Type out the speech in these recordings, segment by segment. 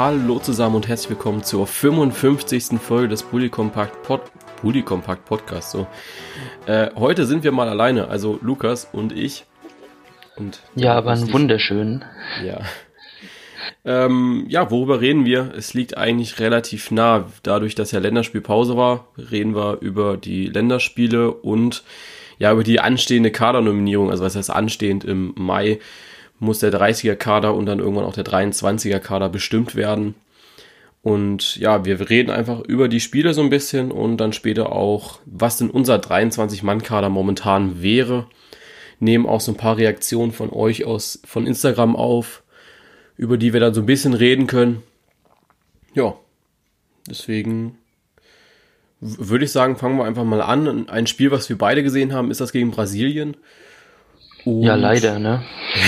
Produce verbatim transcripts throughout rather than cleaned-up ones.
Hallo zusammen und herzlich willkommen zur fünfundfünfzigsten Folge des Bully Compact Pod Bully Compact Podcast. So. Äh, heute sind wir mal alleine, also Lukas und ich. Und ja, aber ein wunderschön. Ja. Ähm, ja, worüber reden wir? Es liegt eigentlich relativ nah. Dadurch, dass ja Länderspielpause war, reden wir über die Länderspiele und ja über die anstehende Kadernominierung. Also was heißt anstehend? Im Mai muss der dreißiger-Kader und dann irgendwann auch der dreiundzwanziger-Kader bestimmt werden. Und ja, wir reden einfach über die Spiele so ein bisschen und dann später auch, was denn unser dreiundzwanzig-Mann-Kader momentan wäre. Nehmen auch so ein paar Reaktionen von euch aus von Instagram auf, über die wir dann so ein bisschen reden können. Ja, deswegen w- würde ich sagen, fangen wir einfach mal an. Ein Spiel, was wir beide gesehen haben, ist das gegen Brasilien. Und ja, leider, ne?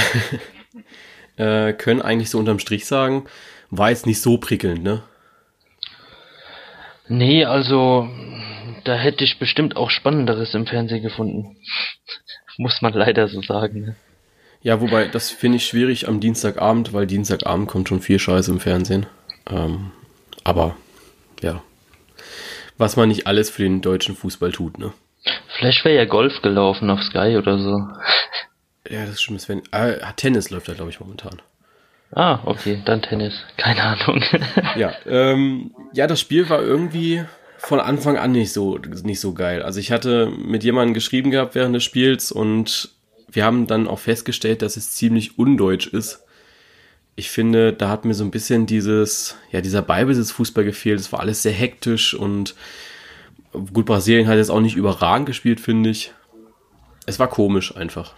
äh, können eigentlich so unterm Strich sagen, war jetzt nicht so prickelnd, ne? Nee, also da hätte ich bestimmt auch Spannenderes im Fernsehen gefunden. Muss man leider so sagen, ne? Ja, wobei, das finde ich schwierig am Dienstagabend, weil Dienstagabend kommt schon viel Scheiße im Fernsehen. Ähm, aber, ja. Was man nicht alles für den deutschen Fußball tut, ne? Vielleicht wäre ja Golf gelaufen auf Sky oder so. Ja, das stimmt. Sven. Äh, Tennis läuft da, glaube ich, momentan. Ah, okay, dann Tennis. Keine Ahnung. Ja, ähm, ja, das Spiel war irgendwie von Anfang an nicht so, nicht so geil. Also ich hatte mit jemandem geschrieben gehabt während des Spiels und wir haben dann auch festgestellt, dass es ziemlich undeutsch ist. Ich finde, da hat mir so ein bisschen dieses, ja, dieser Ballbesitzfußball gefehlt. Es war alles sehr hektisch und gut, Brasilien hat jetzt auch nicht überragend gespielt, finde ich. Es war komisch einfach.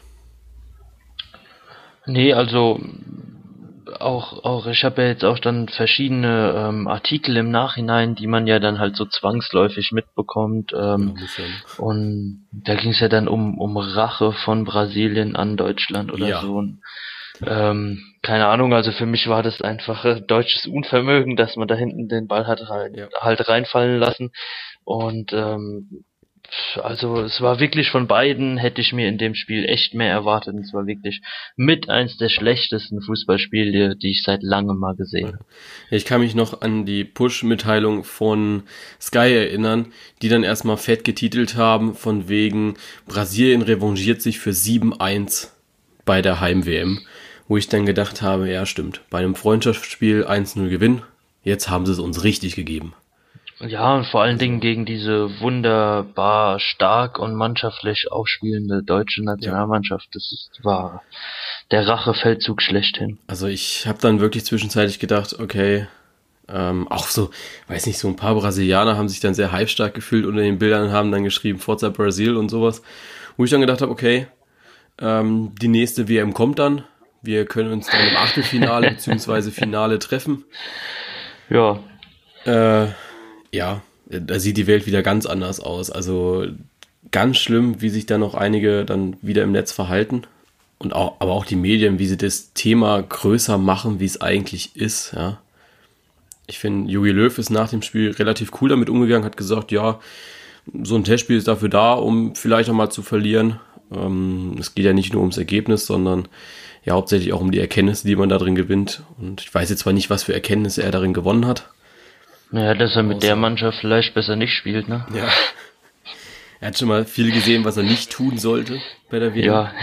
Nee, also auch, auch ich habe ja jetzt auch dann verschiedene ähm, Artikel im Nachhinein, die man ja dann halt so zwangsläufig mitbekommt. Ähm, Ja, und da ging es ja dann um, um Rache von Brasilien an Deutschland oder Ja. so. Und, ähm, keine Ahnung, also für mich war das einfach äh, deutsches Unvermögen, dass man da hinten den Ball hat halt, Ja. halt reinfallen lassen. Und ähm, also es war wirklich von beiden, hätte ich mir in dem Spiel echt mehr erwartet. Und es war wirklich mit eins der schlechtesten Fußballspiele, die ich seit langem mal gesehen habe. Ja, ich kann mich noch an die Push-Mitteilung von Sky erinnern, die dann erstmal fett getitelt haben, von wegen Brasilien revanchiert sich für sieben eins bei der Heim-W M, wo ich dann gedacht habe, ja stimmt, bei einem Freundschaftsspiel eins null Gewinn, jetzt haben sie es uns richtig gegeben. Ja, und vor allen Dingen gegen diese wunderbar stark und mannschaftlich aufspielende deutsche Nationalmannschaft. Das ist, war der Rachefeldzug schlechthin. Also ich habe dann wirklich zwischenzeitlich gedacht, okay, ähm, auch so, weiß nicht, so ein paar Brasilianer haben sich dann sehr halbstark gefühlt unter den Bildern und haben dann geschrieben, Forza Brasil und sowas, wo ich dann gedacht habe, okay, ähm, die nächste W M kommt dann, wir können uns dann im Achtelfinale bzw. Finale treffen. Ja. Äh, ja, da sieht die Welt wieder ganz anders aus. Also ganz schlimm, wie sich da noch einige dann wieder im Netz verhalten. Und auch, aber auch die Medien, wie sie das Thema größer machen, wie es eigentlich ist, ja. Ich finde, Jogi Löw ist nach dem Spiel relativ cool damit umgegangen, hat gesagt, ja, so ein Testspiel ist dafür da, um vielleicht auch mal zu verlieren. Ähm, es geht ja nicht nur ums Ergebnis, sondern ja hauptsächlich auch um die Erkenntnisse, die man da drin gewinnt. Und ich weiß jetzt zwar nicht, was für Erkenntnisse er darin gewonnen hat. Naja, dass er mit der Mannschaft vielleicht besser nicht spielt, ne? Ja. Er hat schon mal viel gesehen, was er nicht tun sollte bei der W M. Ja.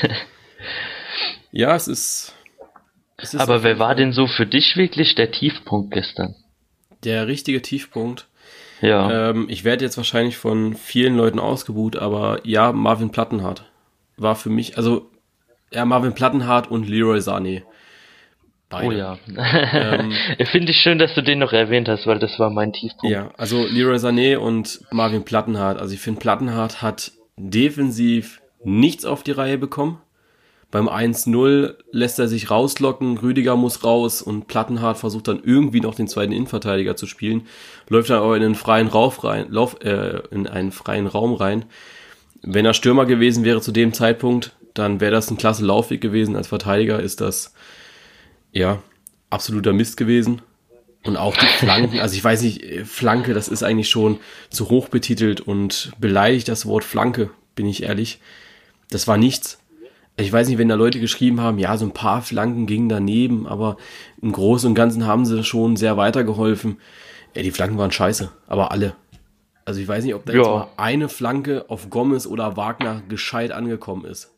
Ja, es ist, es ist Aber wer war denn so für dich wirklich der Tiefpunkt gestern? der richtige Tiefpunkt. Ja. Ähm, ich werde jetzt wahrscheinlich von vielen Leuten ausgebuht, aber ja, Marvin Plattenhardt war für mich, also ja, Marvin Plattenhardt und Leroy Sané. Beide. Oh ja. Ähm, Finde ich schön, dass du den noch erwähnt hast, weil das war mein Tiefpunkt. Ja, also Leroy Sané und Marvin Plattenhardt. Also ich finde, Plattenhardt hat defensiv nichts auf die Reihe bekommen. Beim eins null lässt er sich rauslocken, Rüdiger muss raus und Plattenhardt versucht dann irgendwie noch den zweiten Innenverteidiger zu spielen, läuft dann aber in einen freien Rauf rein, Lauf, äh, in einen freien Raum rein. Wenn er Stürmer gewesen wäre zu dem Zeitpunkt, dann wäre das ein klasse Laufweg gewesen. Als Verteidiger ist das ja absoluter Mist gewesen. Und auch die Flanken, also ich weiß nicht, Flanke, das ist eigentlich schon zu hoch betitelt und beleidigt das Wort Flanke, bin ich ehrlich. Das war nichts. Ich weiß nicht, wenn da Leute geschrieben haben, ja, so ein paar Flanken gingen daneben, aber im Großen und Ganzen haben sie schon sehr weitergeholfen. Ja, die Flanken waren scheiße, aber alle. Also ich weiß nicht, ob da Ja. jetzt mal eine Flanke auf Gomez oder Wagner gescheit angekommen ist.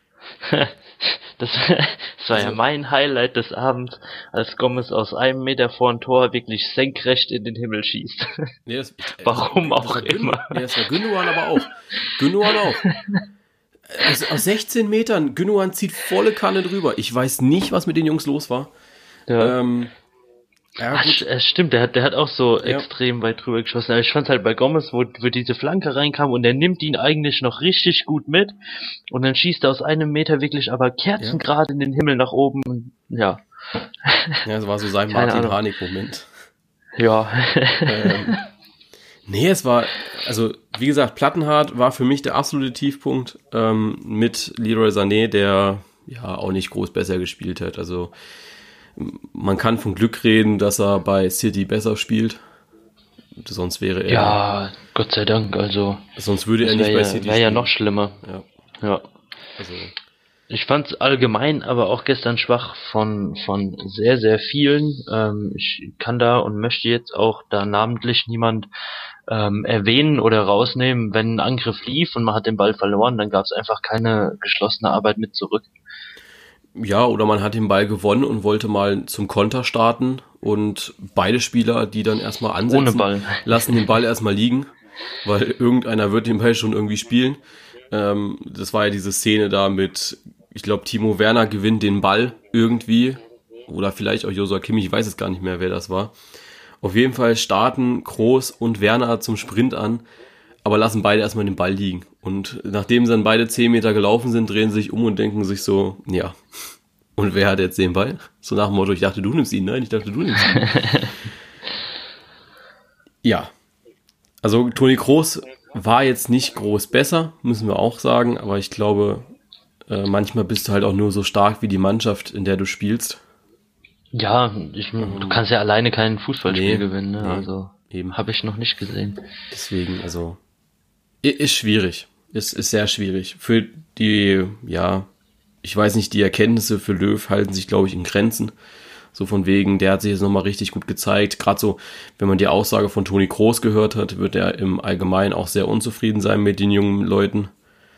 Das, das war Also- ja mein Highlight des Abends, als Gomez aus einem Meter vor dem Tor wirklich senkrecht in den Himmel schießt. Nee, das, Warum das auch war Gün- immer. Nee, das war Gündogan aber auch. Gündogan auch. Also aus sechzehn Metern, Gündogan zieht volle Kanne drüber. Ich weiß nicht, was mit den Jungs los war. Ja. Ähm, ja, Ach, gut. st- äh, stimmt, der hat, der hat auch so Ja. extrem weit drüber geschossen. Aber ich fand's halt bei Gomez, wo, wo diese Flanke reinkam und der nimmt ihn eigentlich noch richtig gut mit und dann schießt er aus einem Meter wirklich aber kerzengerade in den Himmel nach oben und ja. Ja, das war so sein Keine Martin Ahnung. Harnik-Moment. Ja. ähm, nee, es war, also wie gesagt, Plattenhardt war für mich der absolute Tiefpunkt ähm, mit Leroy Sané, der ja auch nicht groß besser gespielt hat. Also man kann von Glück reden, dass er bei City besser spielt. Sonst wäre er, Ja, Gott sei Dank, also. sonst würde Das er nicht wäre bei ja, City wär ja spielen. noch schlimmer. Ja, Ja. also Ich fand's allgemein aber auch gestern schwach von, von sehr, sehr vielen. Ähm, ich kann da und möchte jetzt auch da namentlich niemand ähm, erwähnen oder rausnehmen. Wenn ein Angriff lief und man hat den Ball verloren, dann gab's einfach keine geschlossene Arbeit mit zurück. ja, oder man hat den Ball gewonnen und wollte mal zum Konter starten und beide Spieler, die dann erstmal ansetzen, Ohne Ball. lassen den Ball erstmal liegen, weil irgendeiner wird den Ball schon irgendwie spielen. Ähm, das war ja diese Szene da mit, ich glaube, Timo Werner gewinnt den Ball irgendwie oder vielleicht auch Joshua Kimmich, ich weiß es gar nicht mehr, wer das war. Auf jeden Fall starten Kroos und Werner zum Sprint an, aber lassen beide erstmal den Ball liegen. Und nachdem sie dann beide zehn Meter gelaufen sind, drehen sie sich um und denken sich so, ja, und wer hat jetzt den Ball? So nach dem Motto, ich dachte, du nimmst ihn. Nein, ich dachte, du nimmst ihn. Ja, also Toni Kroos war jetzt nicht groß besser, müssen wir auch sagen, aber ich glaube, äh, manchmal bist du halt auch nur so stark wie die Mannschaft, in der du spielst. Ja, ich, du kannst ja alleine kein Fußballspiel Nee, gewinnen, ne? nee, Also eben. habe ich noch nicht gesehen. Deswegen, also, i- ist schwierig. Ist, ist sehr schwierig. Für die, ja, ich weiß nicht, die Erkenntnisse für Löw halten sich, glaube ich, in Grenzen. So von wegen, der hat sich jetzt nochmal richtig gut gezeigt. Gerade so, wenn man die Aussage von Toni Kroos gehört hat, wird er im Allgemeinen auch sehr unzufrieden sein mit den jungen Leuten.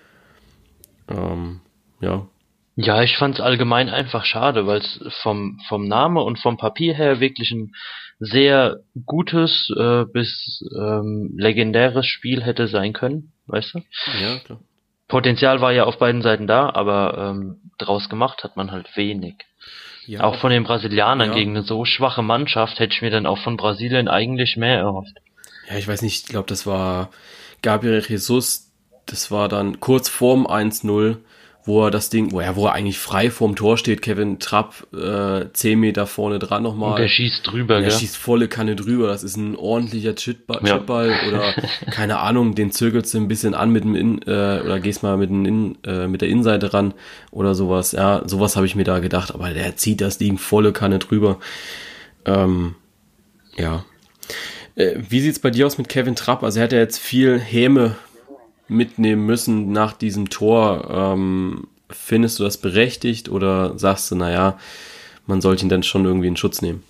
Ähm, ja. Ja, ich fand's allgemein einfach schade, weil es vom vom Name und vom Papier her wirklich ein sehr gutes äh, bis ähm, legendäres Spiel hätte sein können, weißt du? Ja, klar. Potenzial war ja auf beiden Seiten da, aber ähm, draus gemacht hat man halt wenig. Ja, Auch von den Brasilianern ja. gegen eine so schwache Mannschaft hätte ich mir dann auch von Brasilien eigentlich mehr erhofft. Ja, ich weiß nicht, ich glaube, das war Gabriel Jesus, das war dann kurz vorm eins null, wo er das Ding, wo er, wo er eigentlich frei vorm Tor steht, Kevin Trapp, äh, zehn Meter vorne dran nochmal. Und der schießt drüber, Und der gell? schießt volle Kanne drüber, das ist ein ordentlicher Chipball, Ja. Chipball oder keine Ahnung, den zirkelst du ein bisschen an mit dem In, äh, oder gehst mal mit, dem In, äh, mit der Innenseite ran oder sowas. Ja, sowas habe ich mir da gedacht, aber der zieht das Ding volle Kanne drüber. Ähm, ja. Äh, wie sieht's bei dir aus mit Kevin Trapp? Also er hat ja jetzt viel Häme mitnehmen müssen nach diesem Tor. Ähm, findest du das berechtigt oder sagst du, naja, man sollte ihn dann schon irgendwie in Schutz nehmen?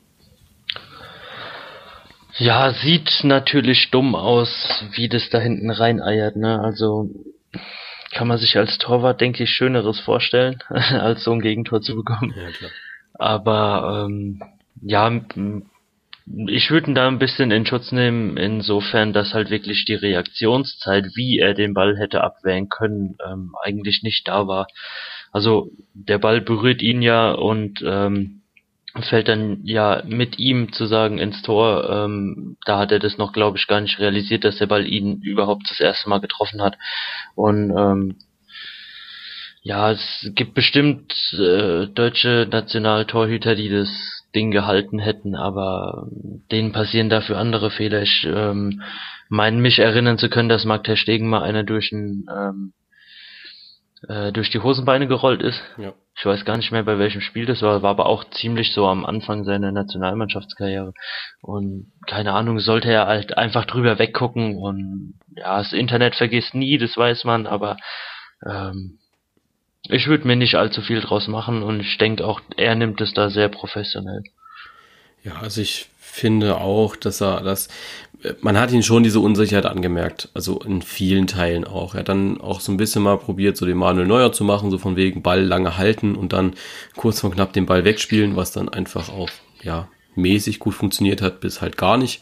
Ja, sieht natürlich dumm aus, wie das da hinten reineiert, ne? Also kann man sich als Torwart, denke ich, Schöneres vorstellen, als so ein Gegentor zu bekommen. Ja, klar. Aber ähm, ja, m- ich würde ihn da ein bisschen in Schutz nehmen, insofern, dass halt wirklich die Reaktionszeit, wie er den Ball hätte abwehren können, ähm, eigentlich nicht da war. Also der Ball berührt ihn ja und ähm, fällt dann ja mit ihm zu sagen ins Tor. Ähm, da hat er das noch, glaube ich, gar nicht realisiert, dass der Ball ihn überhaupt das erste Mal getroffen hat. Und ähm, ja, es gibt bestimmt äh, deutsche Nationaltorhüter, die das Ding gehalten hätten, aber ähm, denen passieren dafür andere Fehler. Ich ähm, meine mich erinnern zu können, dass Marc ter Stegen mal einer durch ein, ähm, äh, durch die Hosenbeine gerollt ist. Ja. Ich weiß gar nicht mehr, bei welchem Spiel das war, war aber auch ziemlich so am Anfang seiner Nationalmannschaftskarriere. Und keine Ahnung, sollte er halt einfach drüber weggucken und ja, das Internet vergisst nie, das weiß man, aber ähm, Ich würde mir nicht allzu viel draus machen und ich denke auch, er nimmt es da sehr professionell. Ja, also ich finde auch, dass er das, man hat ihn schon diese Unsicherheit angemerkt, also in vielen Teilen auch. Er hat dann auch so ein bisschen mal probiert, so den Manuel Neuer zu machen, so von wegen Ball lange halten und dann kurz vor knapp den Ball wegspielen, was dann einfach auch, ja, mäßig gut funktioniert hat, bis halt gar nicht.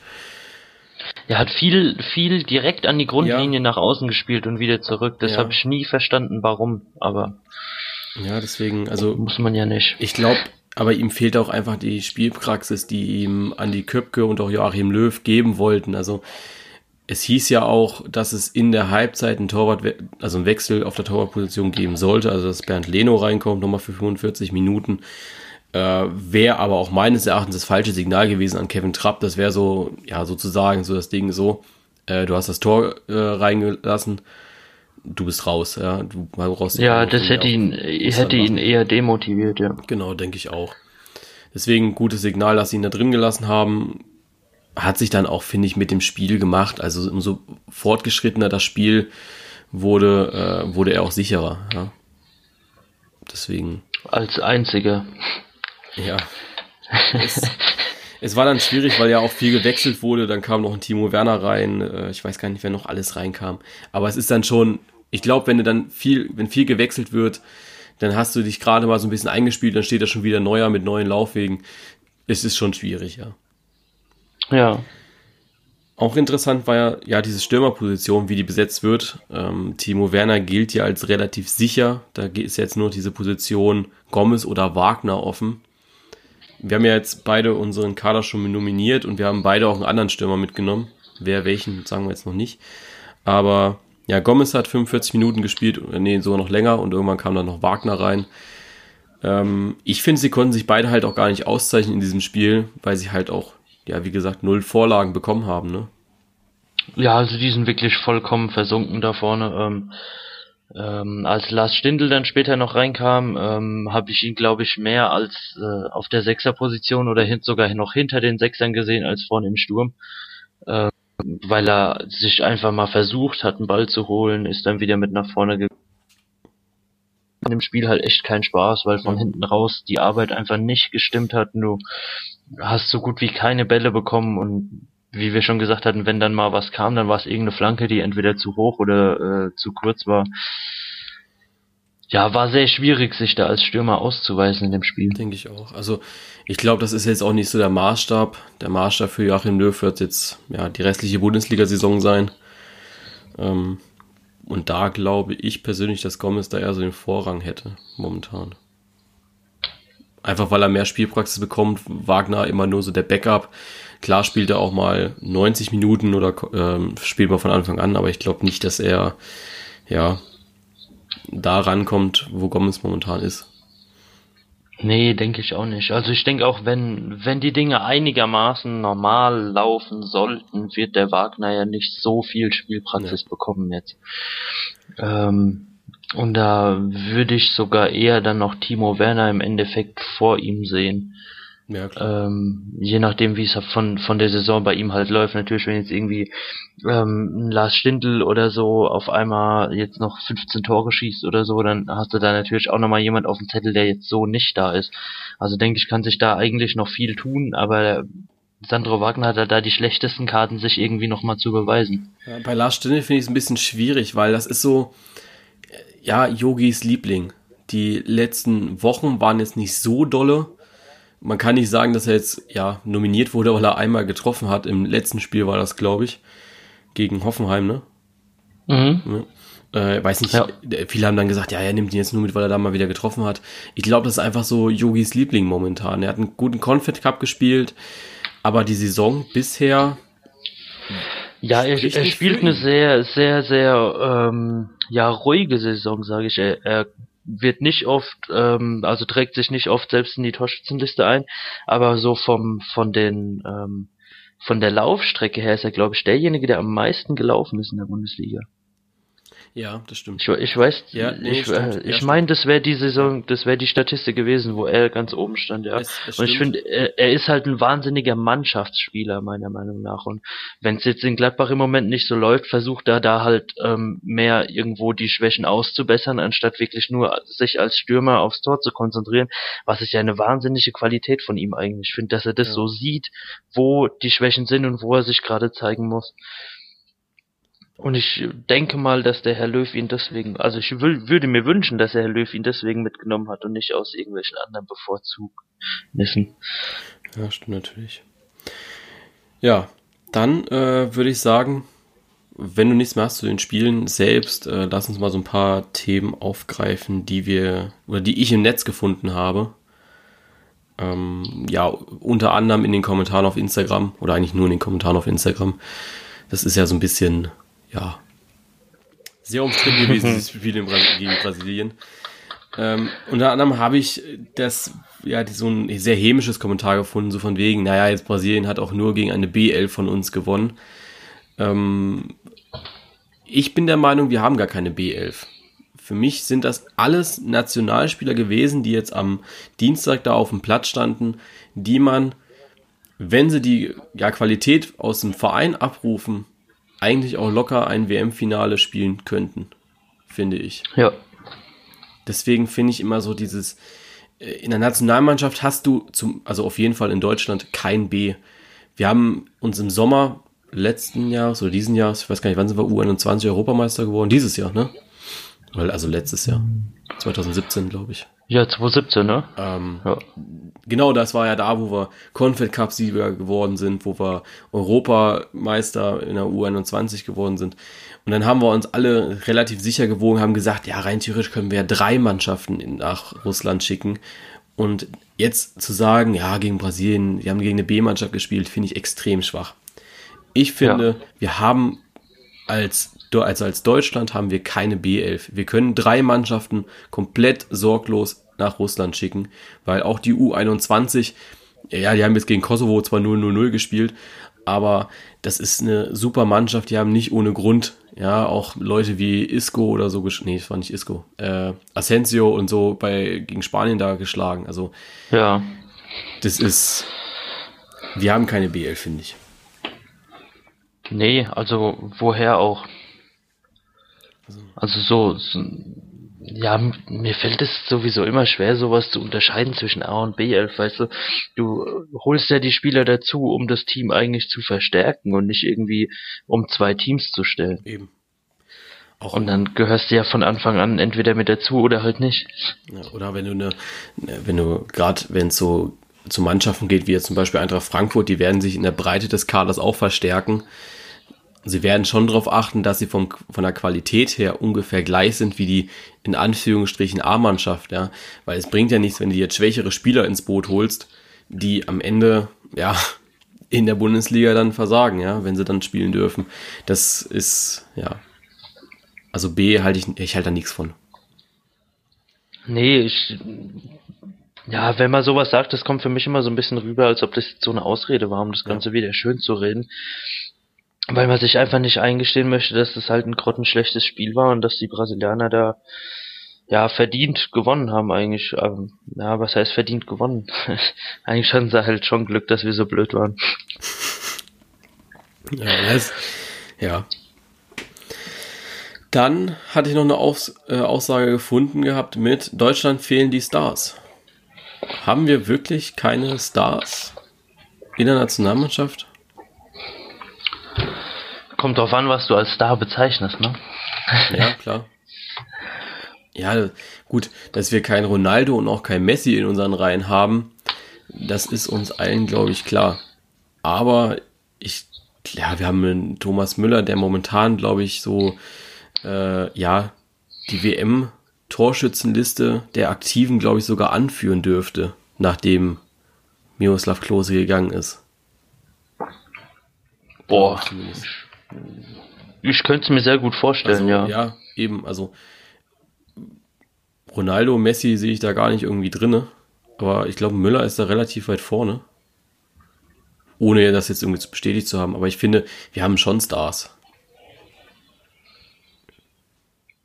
Er hat viel, viel direkt an die Grundlinie Ja. nach außen gespielt und wieder zurück. Das Ja. habe ich nie verstanden, warum, aber Ja, deswegen, also muss man ja nicht. ich glaube, aber ihm fehlt auch einfach die Spielpraxis, die ihm Andi Köpke und auch Joachim Löw geben wollten. Also es hieß ja auch, dass es in der Halbzeit einen Torwart, also einen Wechsel auf der Torwartposition geben sollte, also dass Bernd Leno reinkommt, nochmal für fünfundvierzig Minuten. Äh, wäre aber auch meines Erachtens das falsche Signal gewesen an Kevin Trapp. Das wäre so, ja, sozusagen so das Ding so, äh, du hast das Tor äh, reingelassen, du bist raus, ja. Du brauchst Ja, das hätte ihn, hätte ihn eher demotiviert, ja. Genau, denke ich auch. Deswegen gutes Signal, dass sie ihn da drin gelassen haben. Hat sich dann auch, finde ich, mit dem Spiel gemacht. Also umso fortgeschrittener das Spiel wurde, äh, wurde er auch sicherer. Ja. Deswegen. Als einziger. Ja. Es, es war dann schwierig, weil ja auch viel gewechselt wurde. Dann kam noch ein Timo Werner rein. Äh, ich weiß gar nicht, wer noch alles reinkam. Aber es ist dann schon, ich glaube, wenn du dann viel, wenn viel gewechselt wird, dann hast du dich gerade mal so ein bisschen eingespielt, dann steht da schon wieder Neuer mit neuen Laufwegen. Es ist schon schwierig, ja. Ja. Auch interessant war ja, ja diese Stürmerposition, wie die besetzt wird. Ähm, Timo Werner gilt ja als relativ sicher. Da ist jetzt nur diese Position Gomez oder Wagner offen. Wir haben ja jetzt beide unseren Kader schon nominiert und wir haben beide auch einen anderen Stürmer mitgenommen. Wer welchen, sagen wir jetzt noch nicht. Aber ja, Gomez hat fünfundvierzig Minuten gespielt, nee, sogar noch länger und irgendwann kam dann noch Wagner rein. Ähm, ich finde, sie konnten sich beide halt auch gar nicht auszeichnen in diesem Spiel, weil sie halt auch, ja, wie gesagt, null Vorlagen bekommen haben, ne? Ja, also die sind wirklich vollkommen versunken da vorne. Ähm, ähm, als Lars Stindl dann später noch reinkam, ähm, habe ich ihn, glaube ich, mehr als äh, auf der Sechserposition oder hin, sogar noch hinter den Sechsern gesehen als vorne im Sturm. Ähm, weil er sich einfach mal versucht hat, einen Ball zu holen, ist dann wieder mit nach vorne gegangen. In dem Spiel halt echt kein Spaß, weil von Ja. hinten raus die Arbeit einfach nicht gestimmt hat. Du hast so gut wie keine Bälle bekommen und wie wir schon gesagt hatten, wenn dann mal was kam, dann war es irgendeine Flanke, die entweder zu hoch oder äh, zu kurz war. Ja, war sehr schwierig, sich da als Stürmer auszuweisen in dem Spiel. Denke ich auch. Also ich glaube, das ist jetzt auch nicht so der Maßstab. Der Maßstab für Joachim Löw wird jetzt ja die restliche Bundesliga-Saison sein. Ähm, und da glaube ich persönlich, dass Gomez da eher so den Vorrang hätte, momentan. Einfach weil er mehr Spielpraxis bekommt, Wagner immer nur so der Backup. Klar spielt er auch mal neunzig Minuten oder ähm, spielt mal von Anfang an, aber ich glaube nicht, dass er ja da rankommt, wo Gomez momentan ist. Nee, denke ich auch nicht. Also ich denke auch, wenn, wenn die Dinge einigermaßen normal laufen sollten, wird der Wagner ja nicht so viel Spielpraxis ja. bekommen jetzt. Ähm, und da würde ich sogar eher dann noch Timo Werner im Endeffekt vor ihm sehen. Ja, klar. Ähm, je nachdem, wie es von, von der Saison bei ihm halt läuft. Natürlich, wenn jetzt irgendwie ähm, Lars Stindl oder so auf einmal jetzt noch fünfzehn Tore schießt oder so, dann hast du da natürlich auch nochmal jemand auf dem Zettel, der jetzt so nicht da ist. Also denke ich, kann sich da eigentlich noch viel tun, aber Sandro Wagner hat da die schlechtesten Karten, sich irgendwie nochmal zu beweisen. Ja, bei Lars Stindl finde ich es ein bisschen schwierig, weil das ist so, ja, Yogis Liebling. Die letzten Wochen waren jetzt nicht so dolle. Man kann nicht sagen, dass er jetzt ja nominiert wurde, weil er einmal getroffen hat. Im letzten Spiel war das, glaube ich, gegen Hoffenheim, ne? Mhm. Ja. Äh, weiß nicht, ja. Viele haben dann gesagt, ja, er nimmt ihn jetzt nur mit, weil er da mal wieder getroffen hat. Ich glaube, das ist einfach so Yogis Liebling momentan. Er hat einen guten Confed Cup gespielt, aber die Saison bisher... Ja, er, er spielt eine sehr, sehr, sehr ähm, ja ruhige Saison, sage ich. Er, er wird nicht oft, ähm, also trägt sich nicht oft selbst in die Torschützenliste ein, aber so vom von den ähm, von der Laufstrecke her ist er, glaube ich, derjenige, der am meisten gelaufen ist in der Bundesliga. Ja, das stimmt. Ich, ich weiß, Ja, nee, ich, stimmt. äh, ich Ja, meine, das wäre die Saison, das wäre die Statistik gewesen, wo er ganz oben stand, ja. es, es Und ich stimmt. finde, er, er ist halt ein wahnsinniger Mannschaftsspieler, meiner Meinung nach. Und wenn es jetzt in Gladbach im Moment nicht so läuft, versucht er da halt ähm, mehr irgendwo die Schwächen auszubessern, anstatt wirklich nur sich als Stürmer aufs Tor zu konzentrieren, was ist ja eine wahnsinnige Qualität von ihm eigentlich. Ich finde, dass er das Ja. so sieht, wo die Schwächen sind und wo er sich gerade zeigen muss. Und ich denke mal, dass der Herr Löw ihn deswegen, also ich will, würde mir wünschen, dass der Herr Löw ihn deswegen mitgenommen hat und nicht aus irgendwelchen anderen Bevorzugnissen. Ja, stimmt natürlich. Ja, dann äh, würde ich sagen, wenn du nichts mehr hast zu den Spielen selbst, äh, lass uns mal so ein paar Themen aufgreifen, die wir oder die ich im Netz gefunden habe. Ähm, ja, unter anderem in den Kommentaren auf Instagram oder eigentlich nur in den Kommentaren auf Instagram. Das ist ja so ein bisschen, ja, sehr umstritten gewesen, dieses Spiel in Bras- gegen Brasilien. Ähm, unter anderem habe ich das, ja, so ein sehr hämisches Kommentar gefunden, so von wegen, naja, jetzt Brasilien hat auch nur gegen eine B elf von uns gewonnen. Ähm, ich bin der Meinung, wir haben gar keine B elf. Für mich sind das alles Nationalspieler gewesen, die jetzt am Dienstag da auf dem Platz standen, die man, wenn sie die ja, Qualität aus dem Verein abrufen, eigentlich auch locker ein W M-Finale spielen könnten, finde ich. Ja. Deswegen finde ich immer so dieses, in der Nationalmannschaft hast du, zum, also auf jeden Fall in Deutschland, kein B. Wir haben uns im Sommer letzten Jahres oder diesen Jahres, ich weiß gar nicht, wann sind wir U einundzwanzig Europameister geworden? Dieses Jahr, ne? Weil, also letztes Jahr. zwanzig siebzehn, glaube ich. Ja, zwanzig siebzehn, ne? Ähm, Ja. Genau, das war ja da, wo wir Confed Cup Sieger geworden sind, wo wir Europameister in der U einundzwanzig geworden sind. Und dann haben wir uns alle relativ sicher gewogen, haben gesagt, ja, rein theoretisch können wir ja drei Mannschaften in, nach Russland schicken. Und jetzt zu sagen, ja, gegen Brasilien, wir haben gegen eine B-Mannschaft gespielt, finde ich extrem schwach. Ich finde, ja. wir haben als, also als Deutschland haben wir keine B elf. Wir können drei Mannschaften komplett sorglos nach Russland schicken, weil auch die U einundzwanzig, ja, die haben jetzt gegen Kosovo zwar null null null gespielt, aber das ist eine super Mannschaft, die haben nicht ohne Grund, ja, auch Leute wie Isco oder so, gesch- nee, das war nicht Isco, äh, Asensio und so bei, gegen Spanien da geschlagen, also Ja. das ist, wir haben keine B elf, finde ich. Nee, also woher auch? Also so, so ja, m- mir fällt es sowieso immer schwer, sowas zu unterscheiden zwischen A und B elf, weißt du? Du äh, holst ja die Spieler dazu, um das Team eigentlich zu verstärken und nicht irgendwie um zwei Teams zu stellen. Eben. Auch Und dann gehörst du ja von Anfang an entweder mit dazu oder halt nicht. Ja, oder wenn du eine, wenn du gerade, wenn es so zu Mannschaften geht, wie jetzt zum Beispiel Eintracht Frankfurt, die werden sich in der Breite des Kaders auch verstärken. Sie werden schon darauf achten, dass sie vom, von der Qualität her ungefähr gleich sind wie die in Anführungsstrichen A-Mannschaft, ja, weil es bringt ja nichts, wenn du jetzt schwächere Spieler ins Boot holst, die am Ende, ja, in der Bundesliga dann versagen, ja, wenn sie dann spielen dürfen. Das ist, ja, also B halte ich, ich halte da nichts von. Nee, ich, ja, wenn man sowas sagt, das kommt für mich immer so ein bisschen rüber, als ob das so eine Ausrede war, um das Ganze wieder schön zu reden. Weil man sich einfach nicht eingestehen möchte, dass das halt ein grottenschlechtes Spiel war und dass die Brasilianer da, ja, verdient gewonnen haben eigentlich. Ähm, ja, was heißt verdient gewonnen? Eigentlich hatten sie halt schon Glück, dass wir so blöd waren. Ja, das, ja. Dann hatte ich noch eine Aus, äh, Aussage gefunden gehabt mit Deutschland fehlen die Stars. Haben wir wirklich keine Stars in der Nationalmannschaft? Kommt drauf an, was du als Star bezeichnest, ne? Ja, klar. Ja, gut, dass wir keinen Ronaldo und auch keinen Messi in unseren Reihen haben, das ist uns allen, glaube ich, klar. Aber ich, ja, wir haben einen Thomas Müller, der momentan, glaube ich, so, äh, ja, die W M-Torschützenliste der Aktiven, glaube ich, sogar anführen dürfte, nachdem Miroslav Klose gegangen ist. Boah, ich könnte es mir sehr gut vorstellen, Also, ja. ja, eben, also Ronaldo, Messi sehe ich da gar nicht irgendwie drinne, aber ich glaube, Müller ist da relativ weit vorne, ohne das jetzt irgendwie bestätigt zu haben, aber ich finde, wir haben schon Stars.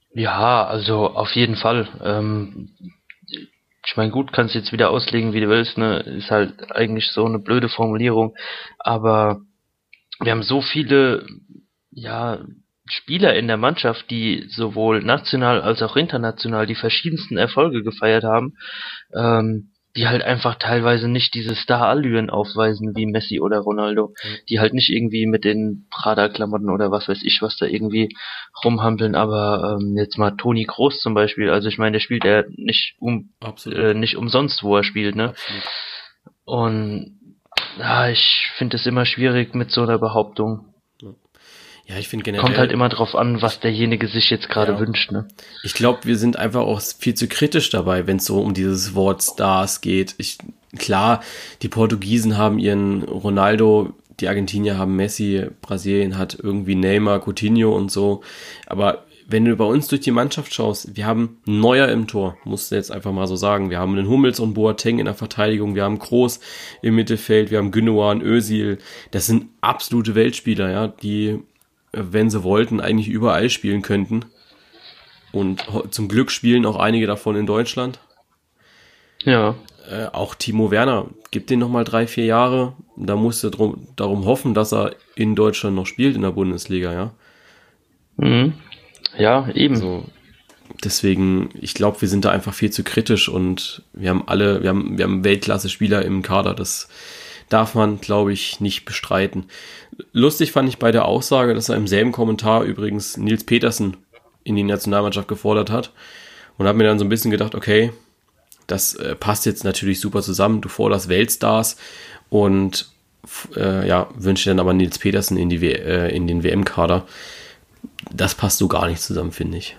Ja, also auf jeden Fall. Ähm, ich meine, gut, kannst jetzt wieder auslegen, wie du willst, ne? Ist halt eigentlich so eine blöde Formulierung, aber wir haben so viele, ja, Spieler in der Mannschaft, die sowohl national als auch international die verschiedensten Erfolge gefeiert haben, ähm, die halt einfach teilweise nicht diese Star-Allüren aufweisen wie Messi oder Ronaldo, die halt nicht irgendwie mit den Prada-Klamotten oder was weiß ich was da irgendwie rumhampeln, aber ähm, jetzt mal Toni Kroos zum Beispiel, also ich meine, der spielt ja nicht um äh, Absolut, nicht umsonst, wo er spielt, ne? absolut. Und ja, ich finde es immer schwierig mit so einer Behauptung. Ja, ich finde Kommt halt generell, immer drauf an, was ich, derjenige sich jetzt gerade ja, wünscht, ne? ich glaube, wir sind einfach auch viel zu kritisch dabei, wenn es so um dieses Wort Stars geht. Ich, klar, die Portugiesen haben ihren Ronaldo, die Argentinier haben Messi, Brasilien hat irgendwie Neymar, Coutinho und so. Aber wenn du bei uns durch die Mannschaft schaust, wir haben Neuer im Tor, musst du jetzt einfach mal so sagen. Wir haben einen Hummels und Boateng in der Verteidigung, wir haben Kroos im Mittelfeld, wir haben Gündogan, Özil. Das sind absolute Weltspieler, ja, die, wenn sie wollten, eigentlich überall spielen könnten. Und zum Glück spielen auch einige davon in Deutschland. Ja. Äh, auch Timo Werner, gibt den nochmal drei, vier Jahre. Da musst du drum, darum hoffen, dass er in Deutschland noch spielt in der Bundesliga, ja. Mhm. Ja, eben. So, deswegen, ich glaube, wir sind da einfach viel zu kritisch und wir haben alle, wir haben, wir haben Weltklasse-Spieler im Kader. Das darf man, glaube ich, nicht bestreiten. Lustig fand ich bei der Aussage, dass er im selben Kommentar übrigens Nils Petersen in die Nationalmannschaft gefordert hat und habe mir dann so ein bisschen gedacht, okay, das äh, passt jetzt natürlich super zusammen. Du forderst Weltstars und äh, ja, wünsche dann aber Nils Petersen in, die w äh, in den W M-Kader. Das passt so gar nicht zusammen, finde ich.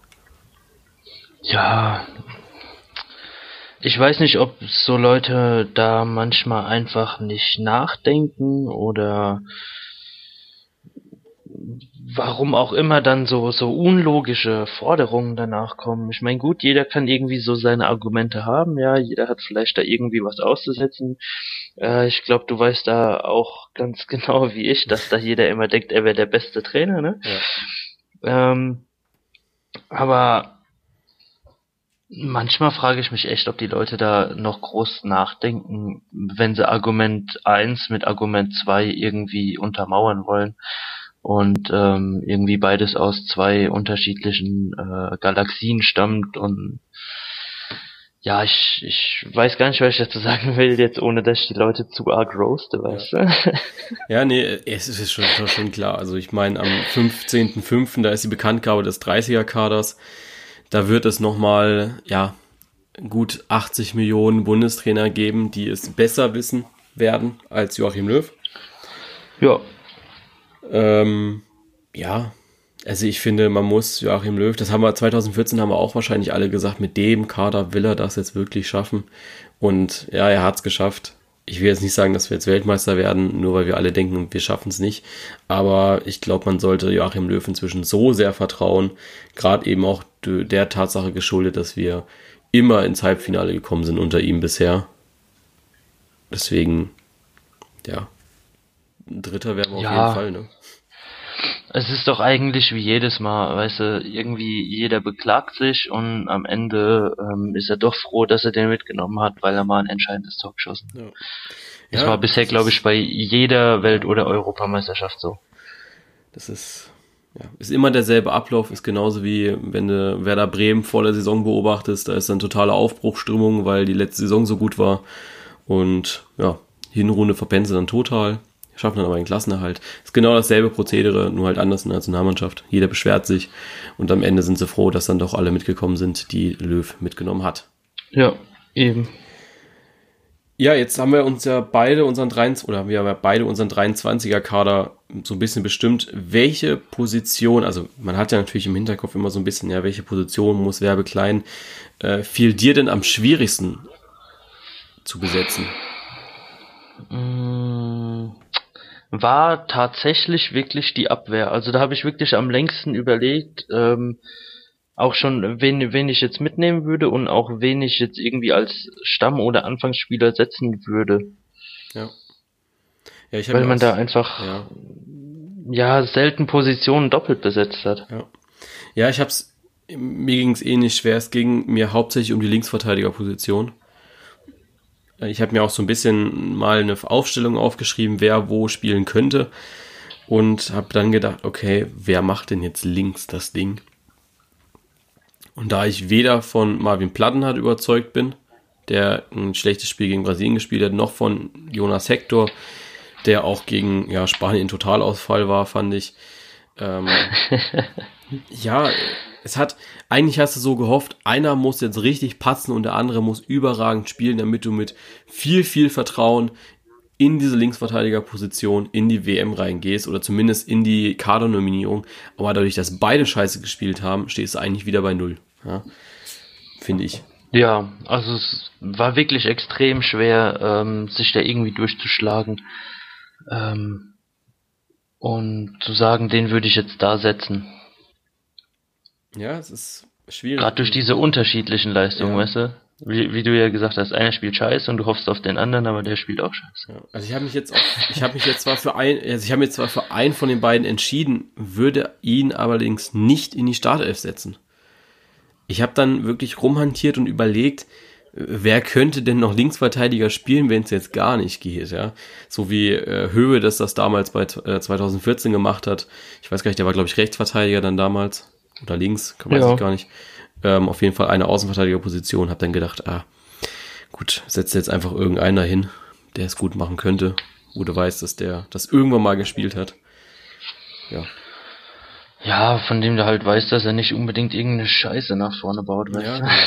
Ja, ich weiß nicht, ob so Leute da manchmal einfach nicht nachdenken oder warum auch immer dann so so unlogische Forderungen danach kommen. Ich meine, gut, jeder kann irgendwie so seine Argumente haben, ja, jeder hat vielleicht da irgendwie was auszusetzen. Äh, ich glaube, du weißt da auch ganz genau wie ich, dass da jeder immer denkt, er wäre der beste Trainer, ne? Ja. Ähm, aber manchmal frage ich mich echt, ob die Leute da noch groß nachdenken, wenn sie Argument eins mit Argument zwei irgendwie untermauern wollen und ähm, irgendwie beides aus zwei unterschiedlichen äh, Galaxien stammt und ja, ich, ich weiß gar nicht, was ich dazu sagen will, jetzt ohne dass ich die Leute zu arg roaste, weißt du? Ja, nee, es ist schon, schon, schon klar. Also ich meine, am fünfzehnten fünften da ist die Bekanntgabe des dreißiger-Kaders. Da wird es nochmal, ja, gut achtzig Millionen Bundestrainer geben, die es besser wissen werden als Joachim Löw. Ja, Ähm, ja, also ich finde, man muss Joachim Löw, das haben wir zwanzig vierzehn haben wir auch wahrscheinlich alle gesagt, mit dem Kader will er das jetzt wirklich schaffen. Und ja, er hat es geschafft. Ich will jetzt nicht sagen, dass wir jetzt Weltmeister werden, nur weil wir alle denken, wir schaffen es nicht. Aber ich glaube, man sollte Joachim Löw inzwischen so sehr vertrauen, gerade eben auch der Tatsache geschuldet, dass wir immer ins Halbfinale gekommen sind unter ihm bisher. Deswegen, ja, ein Dritter wären wir auf jeden ja, Fall, ne? es ist doch eigentlich wie jedes Mal, weißt du, irgendwie jeder beklagt sich und am Ende ähm, ist er doch froh, dass er den mitgenommen hat, weil er mal ein entscheidendes Tor geschossen hat. Ja, Das ja war bisher, das glaube ich, ist, bei jeder Welt- ja, oder Europameisterschaft so. das ist, ja, ist immer derselbe Ablauf, ist genauso wie wenn du Werder Bremen vor der Saison beobachtest, da ist dann totale Aufbruchstimmung, weil die letzte Saison so gut war und ja, Hinrunde verpennen sie dann total, schaffen dann aber den Klassenerhalt. Ist genau dasselbe Prozedere, nur halt anders in der Nationalmannschaft. Jeder beschwert sich und am Ende sind sie froh, dass dann doch alle mitgekommen sind, die Löw mitgenommen hat. Ja, eben. Ja, jetzt haben wir uns ja beide unseren dreiundzwanzig oder wir haben ja beide unseren dreiundzwanziger Kader so ein bisschen bestimmt, welche Position, also man hat ja natürlich im Hinterkopf immer so ein bisschen, ja, welche Position muss wer bekleiden, äh, fiel dir denn am schwierigsten zu besetzen? Mm, war tatsächlich wirklich die Abwehr. Also da habe ich wirklich am längsten überlegt, ähm, auch schon, wen, wen ich jetzt mitnehmen würde und auch wen ich jetzt irgendwie als Stamm- oder Anfangsspieler setzen würde. Ja, ja, ich habe Weil mir man da aus, einfach, ja, ja, selten Positionen doppelt besetzt hat. ja, ja, ich hab's. Mir ging es ähnlich schwer. Es ging mir hauptsächlich um die Linksverteidigerposition. Ich habe mir auch so ein bisschen mal eine Aufstellung aufgeschrieben, wer wo spielen könnte. Und habe dann gedacht, okay, wer macht denn jetzt links das Ding? Und da ich weder von Marvin Plattenhardt überzeugt bin, der ein schlechtes Spiel gegen Brasilien gespielt hat, noch von Jonas Hector, der auch gegen ja, Spanien in Totalausfall war, fand ich. Ähm, ja, es hat, eigentlich hast du so gehofft, einer muss jetzt richtig patzen und der andere muss überragend spielen, damit du mit viel, viel Vertrauen in diese Linksverteidigerposition in die W M reingehst oder zumindest in die Kadernominierung. Aber dadurch, dass beide scheiße gespielt haben, stehst du eigentlich wieder bei Null. Ja, finde ich. Ja, also es war wirklich extrem schwer, ähm, sich da irgendwie durchzuschlagen. Ähm, und zu sagen, den würde ich jetzt da setzen. Ja, es ist schwierig. Gerade durch diese unterschiedlichen Leistungen, ja. Weißt du? Wie, wie du ja gesagt hast, einer spielt scheiße und du hoffst auf den anderen, aber der spielt auch scheiße. Ja, also ich habe mich jetzt auch, ich habe mich jetzt zwar für ein, also ich habe mich zwar für einen von den beiden entschieden, würde ihn allerdings nicht in die Startelf setzen. Ich habe dann wirklich rumhantiert und überlegt, wer könnte denn noch Linksverteidiger spielen, wenn es jetzt gar nicht geht, ja? So wie äh, Höwe das das damals bei äh, zwanzig vierzehn gemacht hat. Ich weiß gar nicht, der war glaube ich Rechtsverteidiger dann damals oder links, weiß ja. ich gar nicht. Ähm, auf jeden Fall eine Außenverteidigerposition. Hab dann gedacht, ah, gut, setzt jetzt einfach irgendeiner hin, der es gut machen könnte, wo du weißt, dass der das irgendwann mal gespielt hat. Ja. Ja, von dem du halt weißt, dass er nicht unbedingt irgendeine Scheiße nach vorne baut, weißt ja, du? Genau.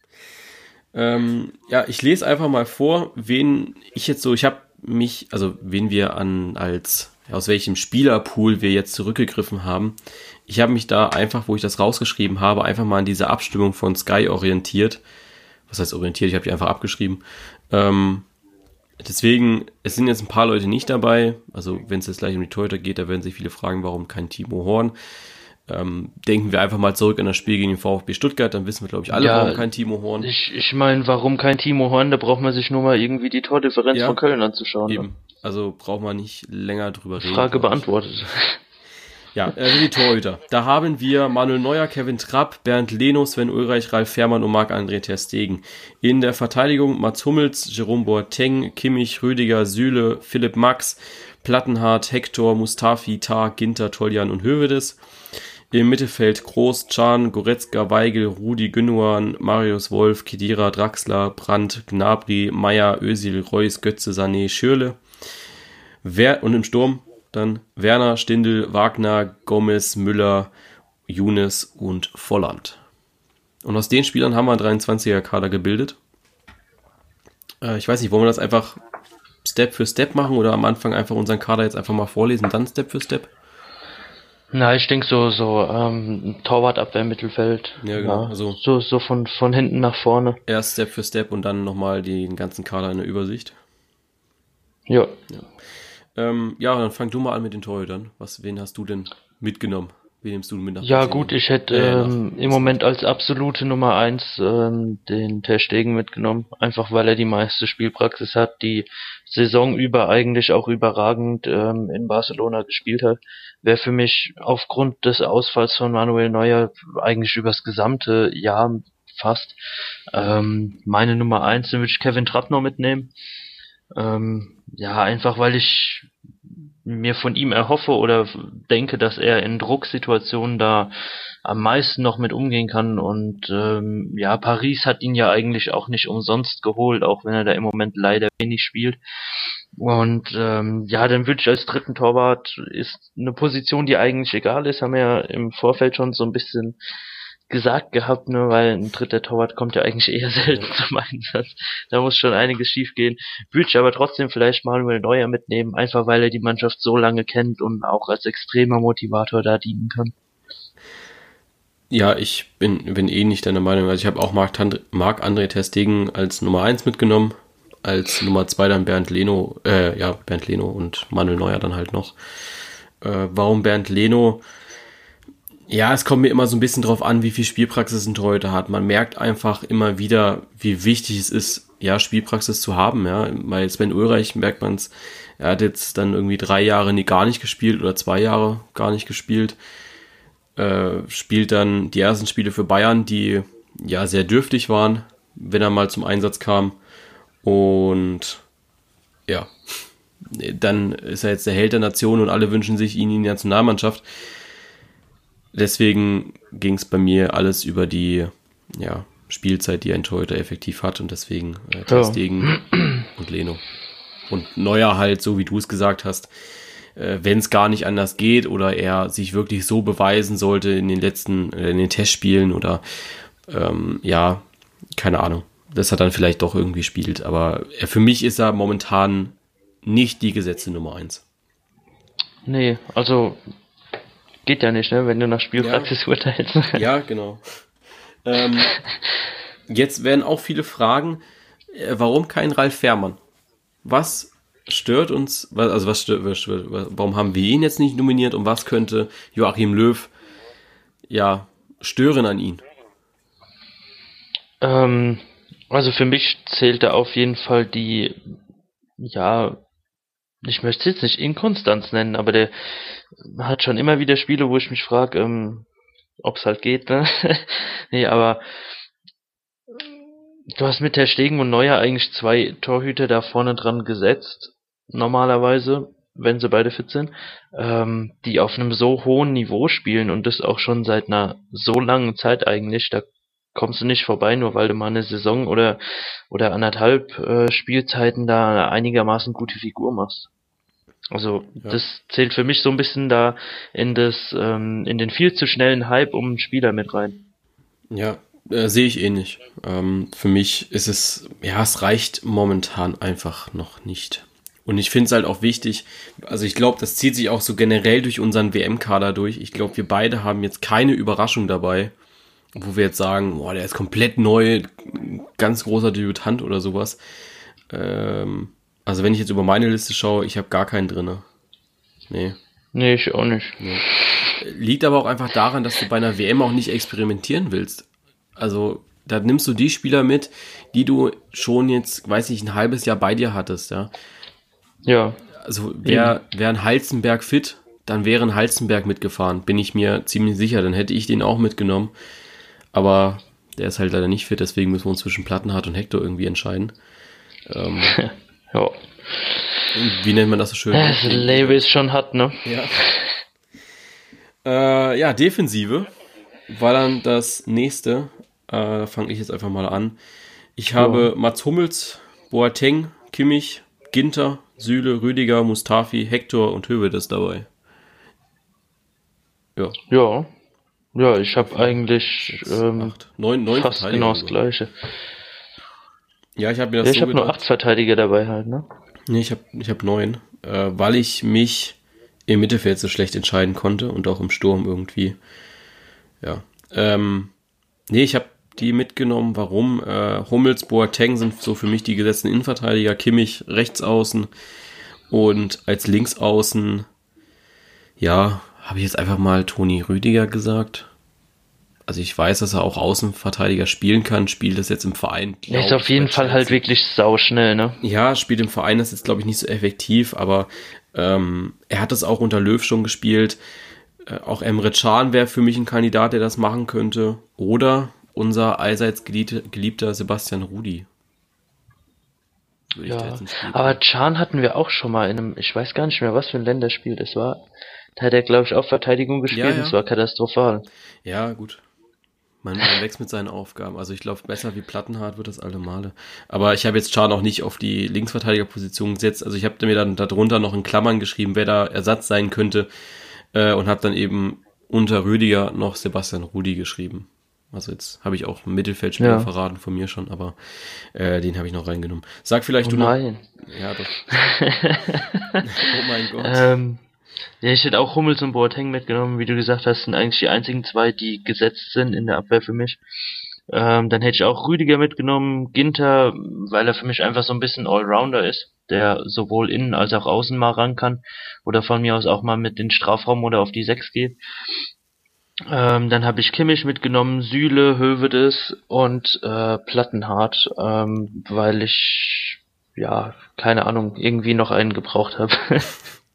ähm, ja, ich lese einfach mal vor, wen ich jetzt so, ich habe mich, also wen wir an als, aus welchem Spielerpool wir jetzt zurückgegriffen haben. Ich habe mich da einfach, wo ich das rausgeschrieben habe, einfach mal an diese Abstimmung von Sky orientiert. Was heißt orientiert? Ich habe die einfach abgeschrieben. Ähm, deswegen, es sind jetzt ein paar Leute nicht dabei. Also wenn es jetzt gleich um die Torhüter geht, da werden sich viele fragen, warum kein Timo Horn. Ähm, denken wir einfach mal zurück an das Spiel gegen den VfB Stuttgart, dann wissen wir, glaube ich, alle, ja, warum kein Timo Horn. Ich, ich meine, warum kein Timo Horn? Da braucht man sich nur mal irgendwie die Tordifferenz ja, von Köln anzuschauen. Eben. Ne? Also braucht man nicht länger drüber reden. Frage beantwortet. Ja, also die Torhüter. Da haben wir Manuel Neuer, Kevin Trapp, Bernd Leno, Sven Ulreich, Ralf Fährmann und Marc-André ter Stegen. In der Verteidigung Mats Hummels, Jerome Boateng, Kimmich, Rüdiger, Süle, Philipp Max, Plattenhardt, Hector, Mustafi, Tah, Ginter, Toljan und Hövedes. Im Mittelfeld Groß, Can, Goretzka, Weigel, Rudi Gündogan, Marius Wolf, Khedira, Draxler, Brandt, Gnabry, Meier, Özil, Reus, Götze, Sané, Schürrle. Wer, und im Sturm dann Werner, Stindl, Wagner, Gomez, Müller, Younes und Volland. Und aus den Spielern haben wir einen dreiundzwanziger-Kader gebildet. Äh, ich weiß nicht, wollen wir das einfach Step für Step machen oder am Anfang einfach unseren Kader jetzt einfach mal vorlesen, dann Step für Step? Na, ich denke so, so, ähm, Torwart-Abwehr, Mittelfeld. Ja, genau. Ja, also so, so von, von hinten nach vorne. Erst Step für Step und dann nochmal den ganzen Kader in der Übersicht. Ja. Ja. Ähm, ja, dann fang du mal an mit den Torhütern. Was, wen hast du denn mitgenommen? Wen nimmst du mit nach? Ja gut, ich hätte äh, ähm, im Moment als absolute Nummer eins ähm, den Ter Stegen mitgenommen, einfach weil er die meiste Spielpraxis hat, die Saison über eigentlich auch überragend ähm, in Barcelona gespielt hat. Wäre für mich aufgrund des Ausfalls von Manuel Neuer eigentlich übers gesamte Jahr fast ähm, meine Nummer eins, den würde ich Kevin Trapp noch mitnehmen. Ähm, ja, einfach weil ich mir von ihm erhoffe oder denke, dass er in Drucksituationen da am meisten noch mit umgehen kann und ähm, ja, Paris hat ihn ja eigentlich auch nicht umsonst geholt, auch wenn er da im Moment leider wenig spielt. Und ähm, ja, dann würde ich als dritten Torwart, ist eine Position, die eigentlich egal ist, haben wir ja im Vorfeld schon so ein bisschen gesagt gehabt, ne, weil ein dritter Torwart kommt ja eigentlich eher selten zum Einsatz. Da muss schon einiges schief gehen. Würde ich aber trotzdem vielleicht Manuel Neuer mitnehmen, einfach weil er die Mannschaft so lange kennt und auch als extremer Motivator da dienen kann. Ja, ich bin, bin eh nicht deiner Meinung. Also ich habe auch Marc-André ter Stegen als Nummer eins mitgenommen, als Nummer zwei dann Bernd Leno, äh, ja, Bernd Leno und Manuel Neuer dann halt noch. Äh, warum Bernd Leno? Ja, es kommt mir immer so ein bisschen drauf an, wie viel Spielpraxis ein Torhüter hat. Man merkt einfach immer wieder, wie wichtig es ist, ja, Spielpraxis zu haben. Ja, bei Sven Ulreich merkt man es, er hat jetzt dann irgendwie drei Jahre nie, gar nicht gespielt oder zwei Jahre gar nicht gespielt. Äh, spielt dann die ersten Spiele für Bayern, die ja sehr dürftig waren, wenn er mal zum Einsatz kam. Und ja, dann ist er jetzt der Held der Nation und alle wünschen sich ihn in die Nationalmannschaft. Deswegen ging es bei mir alles über die ja, Spielzeit, die ein Torhüter effektiv hat und deswegen äh, Ter Stegen und Leno. Und Neuer halt, so wie du es gesagt hast, äh, wenn es gar nicht anders geht oder er sich wirklich so beweisen sollte in den letzten, äh, in den Testspielen oder ähm, ja, keine Ahnung, dass er dann vielleicht doch irgendwie spielt. Aber er, für mich ist er momentan nicht die gesetzte Nummer eins. Nee, also geht ja nicht, ne, wenn du nach Spielpraxis ja. urteilst. Ja, genau. ähm, jetzt werden auch viele fragen, äh, warum kein Ralf Fährmann? Was stört uns, also was stört, was stört, warum haben wir ihn jetzt nicht nominiert und was könnte Joachim Löw ja stören an ihn? Ähm, also für mich zählt da auf jeden Fall die, ja, ich möchte es jetzt nicht Inkonstanz nennen, aber der hat schon immer wieder Spiele, wo ich mich frage, ähm, ob es halt geht, ne? Nee, aber du hast mit Ter Stegen und Neuer eigentlich zwei Torhüter da vorne dran gesetzt, normalerweise, wenn sie beide fit sind, ähm, die auf einem so hohen Niveau spielen und das auch schon seit einer so langen Zeit eigentlich, da kommst du nicht vorbei, nur weil du mal eine Saison oder oder anderthalb äh, Spielzeiten da einigermaßen gute Figur machst. Also ja. Das zählt für mich so ein bisschen da in das ähm, in den viel zu schnellen Hype um einen Spieler mit rein. Ja, äh, sehe ich ähnlich. Ähm, für mich ist es, ja, es reicht momentan einfach noch nicht. Und ich finde es halt auch wichtig, also ich glaube, das zieht sich auch so generell durch unseren W M-Kader durch. Ich glaube, wir beide haben jetzt keine Überraschung dabei, wo wir jetzt sagen, boah, der ist komplett neu, ganz großer Debütant oder sowas. Ähm, also wenn ich jetzt über meine Liste schaue, ich habe gar keinen drin. Nee. Nee, ich auch nicht. Nee. Liegt aber auch einfach daran, dass du bei einer W M auch nicht experimentieren willst. Also da nimmst du die Spieler mit, die du schon jetzt, weiß nicht, ein halbes Jahr bei dir hattest, ja. Ja. Also wäre wär ein Halzenberg fit, dann wäre ein Halzenberg mitgefahren, bin ich mir ziemlich sicher. Dann hätte ich den auch mitgenommen. Aber der ist halt leider nicht fit, deswegen müssen wir uns zwischen Plattenhardt und Hector irgendwie entscheiden. Ähm, ja. Wie nennt man das so schön? Das Label ist schon hat, ne? Ja. Äh, ja, Defensive war dann das nächste. Äh, da fange ich jetzt einfach mal an. Ich habe ja. Mats Hummels, Boateng, Kimmich, Ginter, Süle, Rüdiger, Mustafi, Hector und Höwedes dabei. Ja. Ja. Ja, ich habe eigentlich sechs, ähm, acht, neun, neun fast genau das Gleiche. Ja, ich habe mir das ja, so Ich habe nur acht Verteidiger dabei halt, ne? Nee, ich habe ich hab neun, äh, weil ich mich im Mittelfeld so schlecht entscheiden konnte und auch im Sturm irgendwie. Ja. Ähm, nee, ich habe die mitgenommen. Warum? Äh, Hummels, Boateng sind so für mich die gesetzten Innenverteidiger. Kimmich rechts außen und als Linksaußen, ja, habe ich jetzt einfach mal Toni Rüdiger gesagt. Also ich weiß, dass er auch Außenverteidiger spielen kann, spielt das jetzt im Verein. Er ist auf jeden Fall halt wirklich sauschnell, ne? Ja, spielt im Verein, das ist jetzt glaube ich nicht so effektiv, aber ähm, er hat das auch unter Löw schon gespielt. Äh, auch Emre Can wäre für mich ein Kandidat, der das machen könnte. Oder unser allseits geliebter, geliebter Sebastian Rudi. Ja, aber Can hatten wir auch schon mal in einem, ich weiß gar nicht mehr, was für ein Länderspiel das war. Da hat er, glaube ich, auch Verteidigung gespielt, ja, ja. Das war katastrophal. Ja, gut. Man, man wächst mit seinen Aufgaben. Also ich glaube, besser wie Plattenhardt wird das alle Male. Aber ich habe jetzt Can auch nicht auf die Linksverteidigerposition gesetzt. Also ich habe mir dann darunter noch in Klammern geschrieben, wer da Ersatz sein könnte. Äh, und habe dann eben unter Rüdiger noch Sebastian Rudi geschrieben. Also jetzt habe ich auch einen Mittelfeldspieler ja. verraten von mir schon, aber äh, den habe ich noch reingenommen. Sag vielleicht oh du nein. noch. Ja, doch. Oh mein Gott. Ähm, ja, ich hätte auch Hummels und Boateng mitgenommen, wie du gesagt hast, sind eigentlich die einzigen zwei, die gesetzt sind in der Abwehr für mich. Ähm, dann hätte ich auch Rüdiger mitgenommen, Ginter, weil er für mich einfach so ein bisschen Allrounder ist, der sowohl innen als auch außen mal ran kann oder von mir aus auch mal mit den Strafraum oder auf die sechs geht. Ähm, dann habe ich Kimmich mitgenommen, Süle, Hövedes und äh, Plattenhardt, ähm, weil ich, ja, keine Ahnung, irgendwie noch einen gebraucht habe.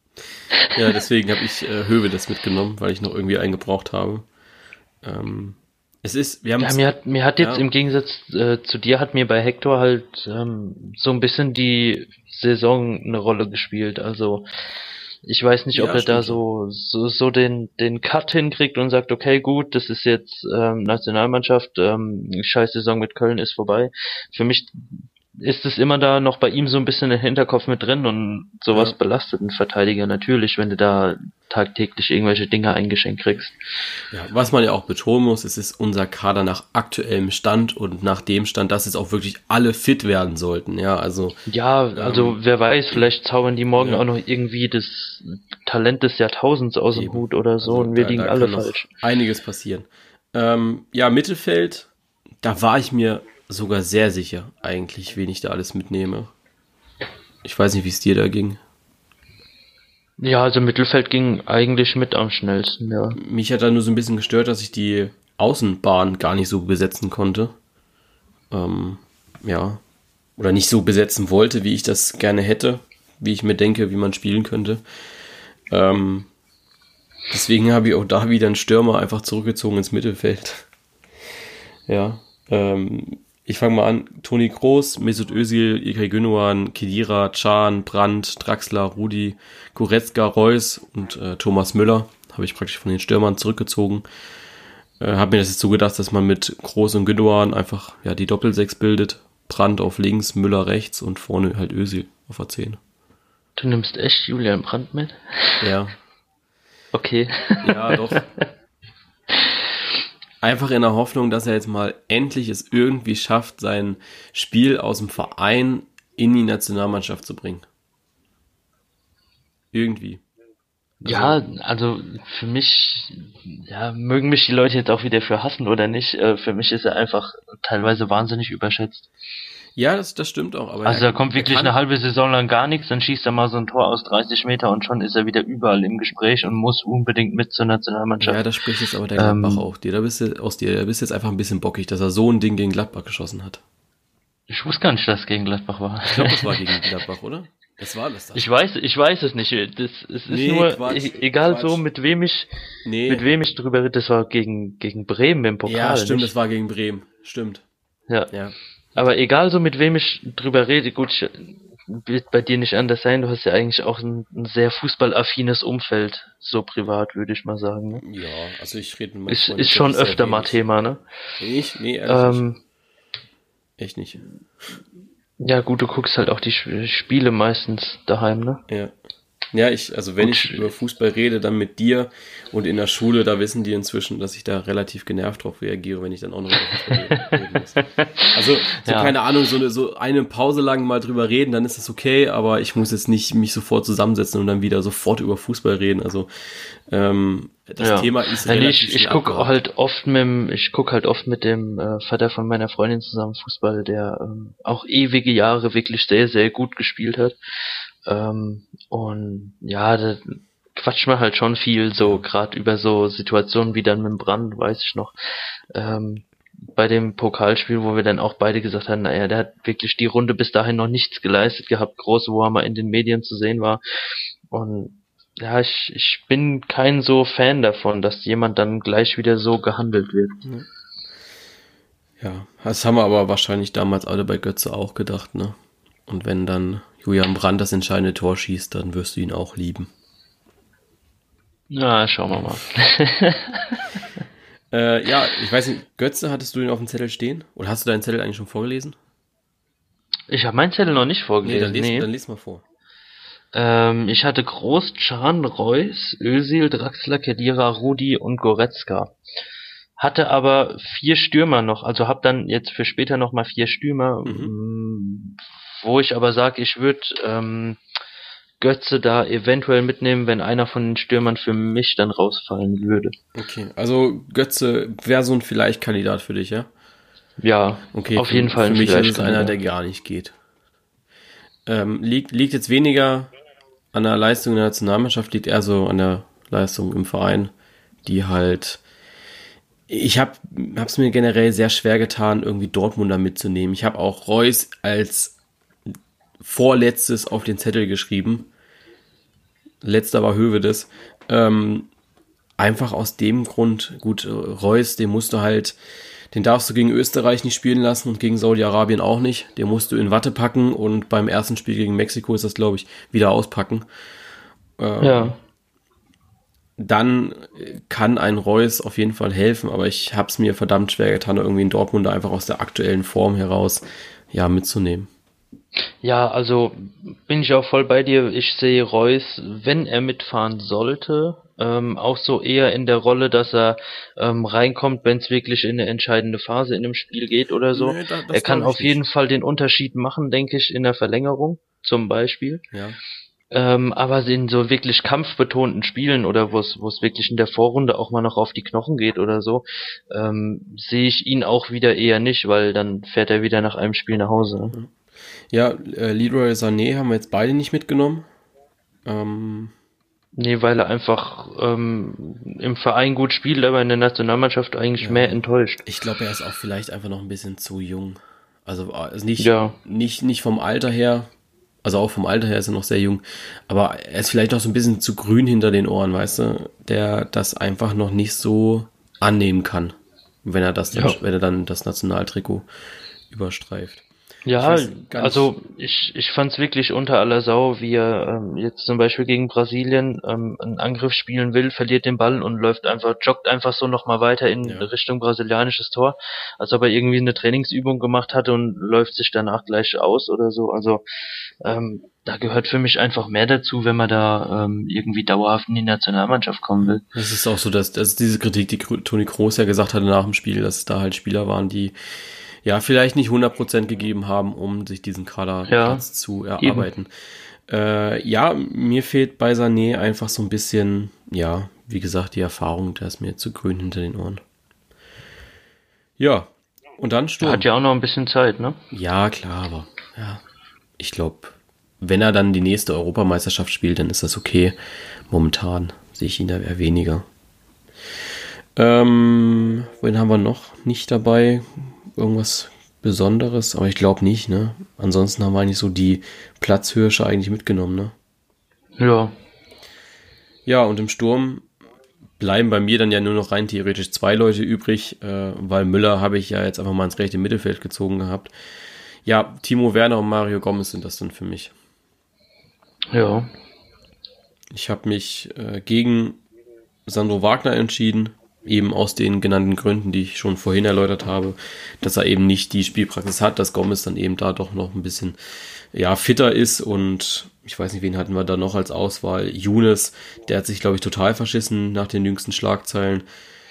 Ja, deswegen habe ich äh, Höwedes mitgenommen, weil ich noch irgendwie einen gebraucht habe. Ähm, es ist, wir haben Ja, mir hat, mir hat jetzt ja. im Gegensatz äh, zu dir hat mir bei Hector halt ähm, so ein bisschen die Saison eine Rolle gespielt. Also ich weiß nicht, ob Ja, er da stimmt schon. so, so, so den, den Cut hinkriegt und sagt, okay, gut, das ist jetzt ähm, Nationalmannschaft, ähm, scheiß Saison mit Köln ist vorbei. Für mich ist es immer da noch bei ihm so ein bisschen im Hinterkopf mit drin und sowas Ja. belastet einen Verteidiger natürlich, wenn du da tagtäglich irgendwelche Dinge eingeschenkt kriegst. Ja, was man ja auch betonen muss, es ist unser Kader nach aktuellem Stand und nach dem Stand, dass jetzt auch wirklich alle fit werden sollten. Ja, also Ja, also ähm, wer weiß, vielleicht zaubern die morgen ja, auch noch irgendwie das Talent des Jahrtausends aus dem eben. Hut oder so Also und wir da, liegen da alle kann noch falsch. einiges passieren. Ähm, ja, Mittelfeld, da war ich mir sogar sehr sicher, eigentlich, wen ich da alles mitnehme. Ich weiß nicht, wie es dir da ging. Ja, also Mittelfeld ging eigentlich mit am schnellsten, ja. Mich hat da nur so ein bisschen gestört, dass ich die Außenbahn gar nicht so besetzen konnte. Ähm, ja. Oder nicht so besetzen wollte, wie ich das gerne hätte. Wie ich mir denke, wie man spielen könnte. Ähm, deswegen habe ich auch da wieder einen Stürmer einfach zurückgezogen ins Mittelfeld. Ja. Ähm, ich fange mal an. Toni Kroos, Mesut Özil, İlkay Gündoğan, Khedira, Can, Brandt, Draxler, Rudi, Goretzka, Reus und äh, Thomas Müller habe ich praktisch von den Stürmern zurückgezogen. Äh, habe mir das jetzt so gedacht, dass man mit Kroos und Gündoğan einfach ja die Doppelsechs bildet. Brandt auf links, Müller rechts und vorne halt Özil auf der zehn. Du nimmst echt Julian Brandt mit? Ja. Okay. Ja, doch. Einfach in der Hoffnung, dass er jetzt mal endlich es irgendwie schafft, sein Spiel aus dem Verein in die Nationalmannschaft zu bringen. Irgendwie. Also, Ja, also für mich, ja, mögen mich die Leute jetzt auch wieder für hassen oder nicht, äh, für mich ist er einfach teilweise wahnsinnig überschätzt. ja, das, das stimmt auch. Aber Also er, da kommt er wirklich kann, eine halbe Saison lang gar nichts, dann schießt er mal so ein Tor aus dreißig Meter und schon ist er wieder überall im Gespräch und muss unbedingt mit zur ja, Nationalmannschaft. da spricht jetzt aber der Gladbach Ähm, auch dir. Da bist du aus dir, da bist du jetzt einfach ein bisschen bockig, dass er so ein Ding gegen Gladbach geschossen hat. ich wusste gar nicht, dass es gegen Gladbach war. Ich glaube, das war gegen Gladbach, oder? Das war das. Ich weiß, ich weiß es nicht. Das, es ist Nee, nur, Quatsch, e- egal Quatsch. so, mit wem ich, Nee. mit wem ich drüber rede, das war gegen, gegen Bremen im Pokal. Ja, stimmt, nicht? das war gegen Bremen. Stimmt. Ja. Ja. Aber egal so, mit wem ich drüber rede, gut, ich, wird bei dir nicht anders sein. Du hast ja eigentlich auch ein, ein sehr fußballaffines Umfeld, so privat, würde ich mal sagen. Ne? Ja, also ich rede mit meinen Ist, Freunden ist schon sehr öfter mal wenig. Thema, ne? Ich? Nee, ehrlich nicht. Ähm, Echt nicht. ja gut, du guckst halt auch die Sp- Spiele meistens daheim, ne? Ja. Ja, ich, also wenn Gut. ich über Fußball rede, dann mit dir und in der Schule, da wissen die inzwischen, dass ich da relativ genervt drauf reagiere, wenn ich dann auch noch über Fußball reden muss. Also, so Ja. keine Ahnung, so eine, so eine Pause lang mal drüber reden, dann ist das okay, aber ich muss jetzt nicht mich sofort zusammensetzen und dann wieder sofort über Fußball reden. Also, ähm, das Ja. Thema ist Ja, nee, relativ ich ich schnell guck abgehakt. halt oft mit dem, ich guck halt oft mit dem äh, Vater von meiner Freundin zusammen Fußball, der ähm, auch ewige Jahre wirklich sehr, sehr gut gespielt hat. Ähm, und ja, da quatscht man halt schon viel so, gerade über so Situationen wie dann mit dem Brand, weiß ich noch. Ähm, bei dem Pokalspiel, wo wir dann auch beide gesagt haben, naja, der hat wirklich die Runde bis dahin noch nichts geleistet gehabt, groß, wo er mal in den Medien zu sehen war. Und ja, ich, ich bin kein so Fan davon, dass jemand dann gleich wieder so gehandelt wird. Ja, das haben wir aber wahrscheinlich damals alle bei Götze auch gedacht, ne? Und wenn dann Julian Brandt das entscheidende Tor schießt, dann wirst du ihn auch lieben. Na, schauen wir mal. Äh, ja, ich weiß nicht, Götze, hattest du den auf dem Zettel stehen? Oder hast du deinen Zettel eigentlich schon vorgelesen? Ich habe meinen Zettel noch nicht Nee, vorgelesen. dann les, Nee, dann les mal vor. Ähm, ich hatte Groß, Can, Reus, Özil, Draxler, Khedira, Rudi und Goretzka. Hatte aber vier Stürmer noch, also hab dann jetzt für später noch mal vier Stürmer, Mhm. mh, wo ich aber sage, ich würde ähm, Götze da eventuell mitnehmen, wenn einer von den Stürmern für mich dann rausfallen würde. Okay, also Götze wäre so ein Vielleicht-Kandidat für dich, ja? Ja, Okay, auf für, jeden Fall für ein mich ist es einer, Vielleicht-Kandidat. der gar nicht geht. Ähm, liegt, liegt jetzt weniger an der Leistung der Nationalmannschaft, liegt eher so an der Leistung im Verein, die halt. Ich habe es mir generell sehr schwer getan, irgendwie Dortmunder mitzunehmen. Ich habe auch Reus als vorletztes auf den Zettel geschrieben. letzter war Hövedes. Ähm, einfach aus dem Grund, gut, Reus, den musst du halt, den darfst du gegen Österreich nicht spielen lassen und gegen Saudi-Arabien auch nicht. Den musst du in Watte packen und beim ersten Spiel gegen Mexiko ist das, glaube ich, wieder auspacken. Ähm, Ja. Dann kann ein Reus auf jeden Fall helfen, aber ich habe es mir verdammt schwer getan, irgendwie in Dortmund einfach aus der aktuellen Form heraus ja mitzunehmen. Ja, also bin ich auch voll bei dir. Ich sehe Reus, wenn er mitfahren sollte, ähm, auch so eher in der Rolle, dass er ähm, reinkommt, wenn es wirklich in eine entscheidende Phase in dem Spiel geht oder so. Nee, da, Er das kann glaube ich auf jeden nicht. Fall den Unterschied machen, denke ich, in der Verlängerung zum Beispiel. Ja. Ähm, aber in so wirklich kampfbetonten Spielen oder wo es wo es wirklich in der Vorrunde auch mal noch auf die Knochen geht oder so, ähm, sehe ich ihn auch wieder eher nicht, weil dann fährt er wieder nach einem Spiel nach Hause. Ne? Ja, äh, Leroy Sané haben wir jetzt beide nicht mitgenommen. Ähm, Nee, weil er einfach ähm, im Verein gut spielt, aber in der Nationalmannschaft eigentlich ja, mehr enttäuscht. ich glaube, er ist auch vielleicht einfach noch ein bisschen zu jung. Also, also nicht, Ja, nicht, nicht vom Alter her, also auch vom Alter her ist er noch sehr jung, aber er ist vielleicht noch so ein bisschen zu grün hinter den Ohren, weißt du, der das einfach noch nicht so annehmen kann, wenn er das dann, ja. wenn er dann das Nationaltrikot überstreift. Ich Ja, weiß gar nicht. also ich, ich fand es wirklich unter aller Sau, wie er ähm, jetzt zum Beispiel gegen Brasilien ähm, einen Angriff spielen will, verliert den Ball und läuft einfach, joggt einfach so nochmal weiter in Ja. Richtung brasilianisches Tor, als ob er irgendwie eine Trainingsübung gemacht hatte und läuft sich danach gleich aus oder so. Also ähm, da gehört für mich einfach mehr dazu, wenn man da ähm, irgendwie dauerhaft in die Nationalmannschaft kommen will. Das ist auch so, dass, dass diese Kritik, die Toni Kroos ja gesagt hatte nach dem Spiel, dass es da halt Spieler waren, die ja vielleicht nicht hundert Prozent gegeben haben, um sich diesen Kaderplatz Ja, zu eben. erarbeiten. Äh, ja, mir fehlt bei Sané einfach so ein bisschen, ja, wie gesagt, die Erfahrung, der ist mir zu grün hinter den Ohren. Ja, und dann Er Sturm. hat ja auch noch ein bisschen Zeit, ne? Ja, klar, aber ja, ich glaube, wenn er dann die nächste Europameisterschaft spielt, dann ist das okay. Momentan sehe ich ihn da eher weniger. Ähm, wen haben wir noch nicht dabei? Irgendwas Besonderes, aber ich glaube nicht, ne? Ansonsten haben wir eigentlich so die Platzhirsche eigentlich mitgenommen, ne? Ja, Ja, und im Sturm bleiben bei mir dann ja nur noch rein theoretisch zwei Leute übrig, äh, weil Müller habe ich ja jetzt einfach mal ins rechte Mittelfeld gezogen gehabt. Ja, Timo Werner und Mario Gomez sind das dann für mich. ja. Ich habe mich äh, gegen Sandro Wagner entschieden, eben aus den genannten Gründen, die ich schon vorhin erläutert habe, dass er eben nicht die Spielpraxis hat, dass Gomez dann eben da doch noch ein bisschen ja, fitter ist und ich weiß nicht, wen hatten wir da noch als Auswahl. Younes, der hat sich, glaube ich, total verschissen nach den jüngsten Schlagzeilen.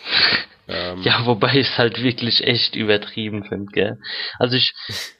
Ähm, Ja, wobei ich es halt wirklich echt übertrieben finde, gell. Also ich,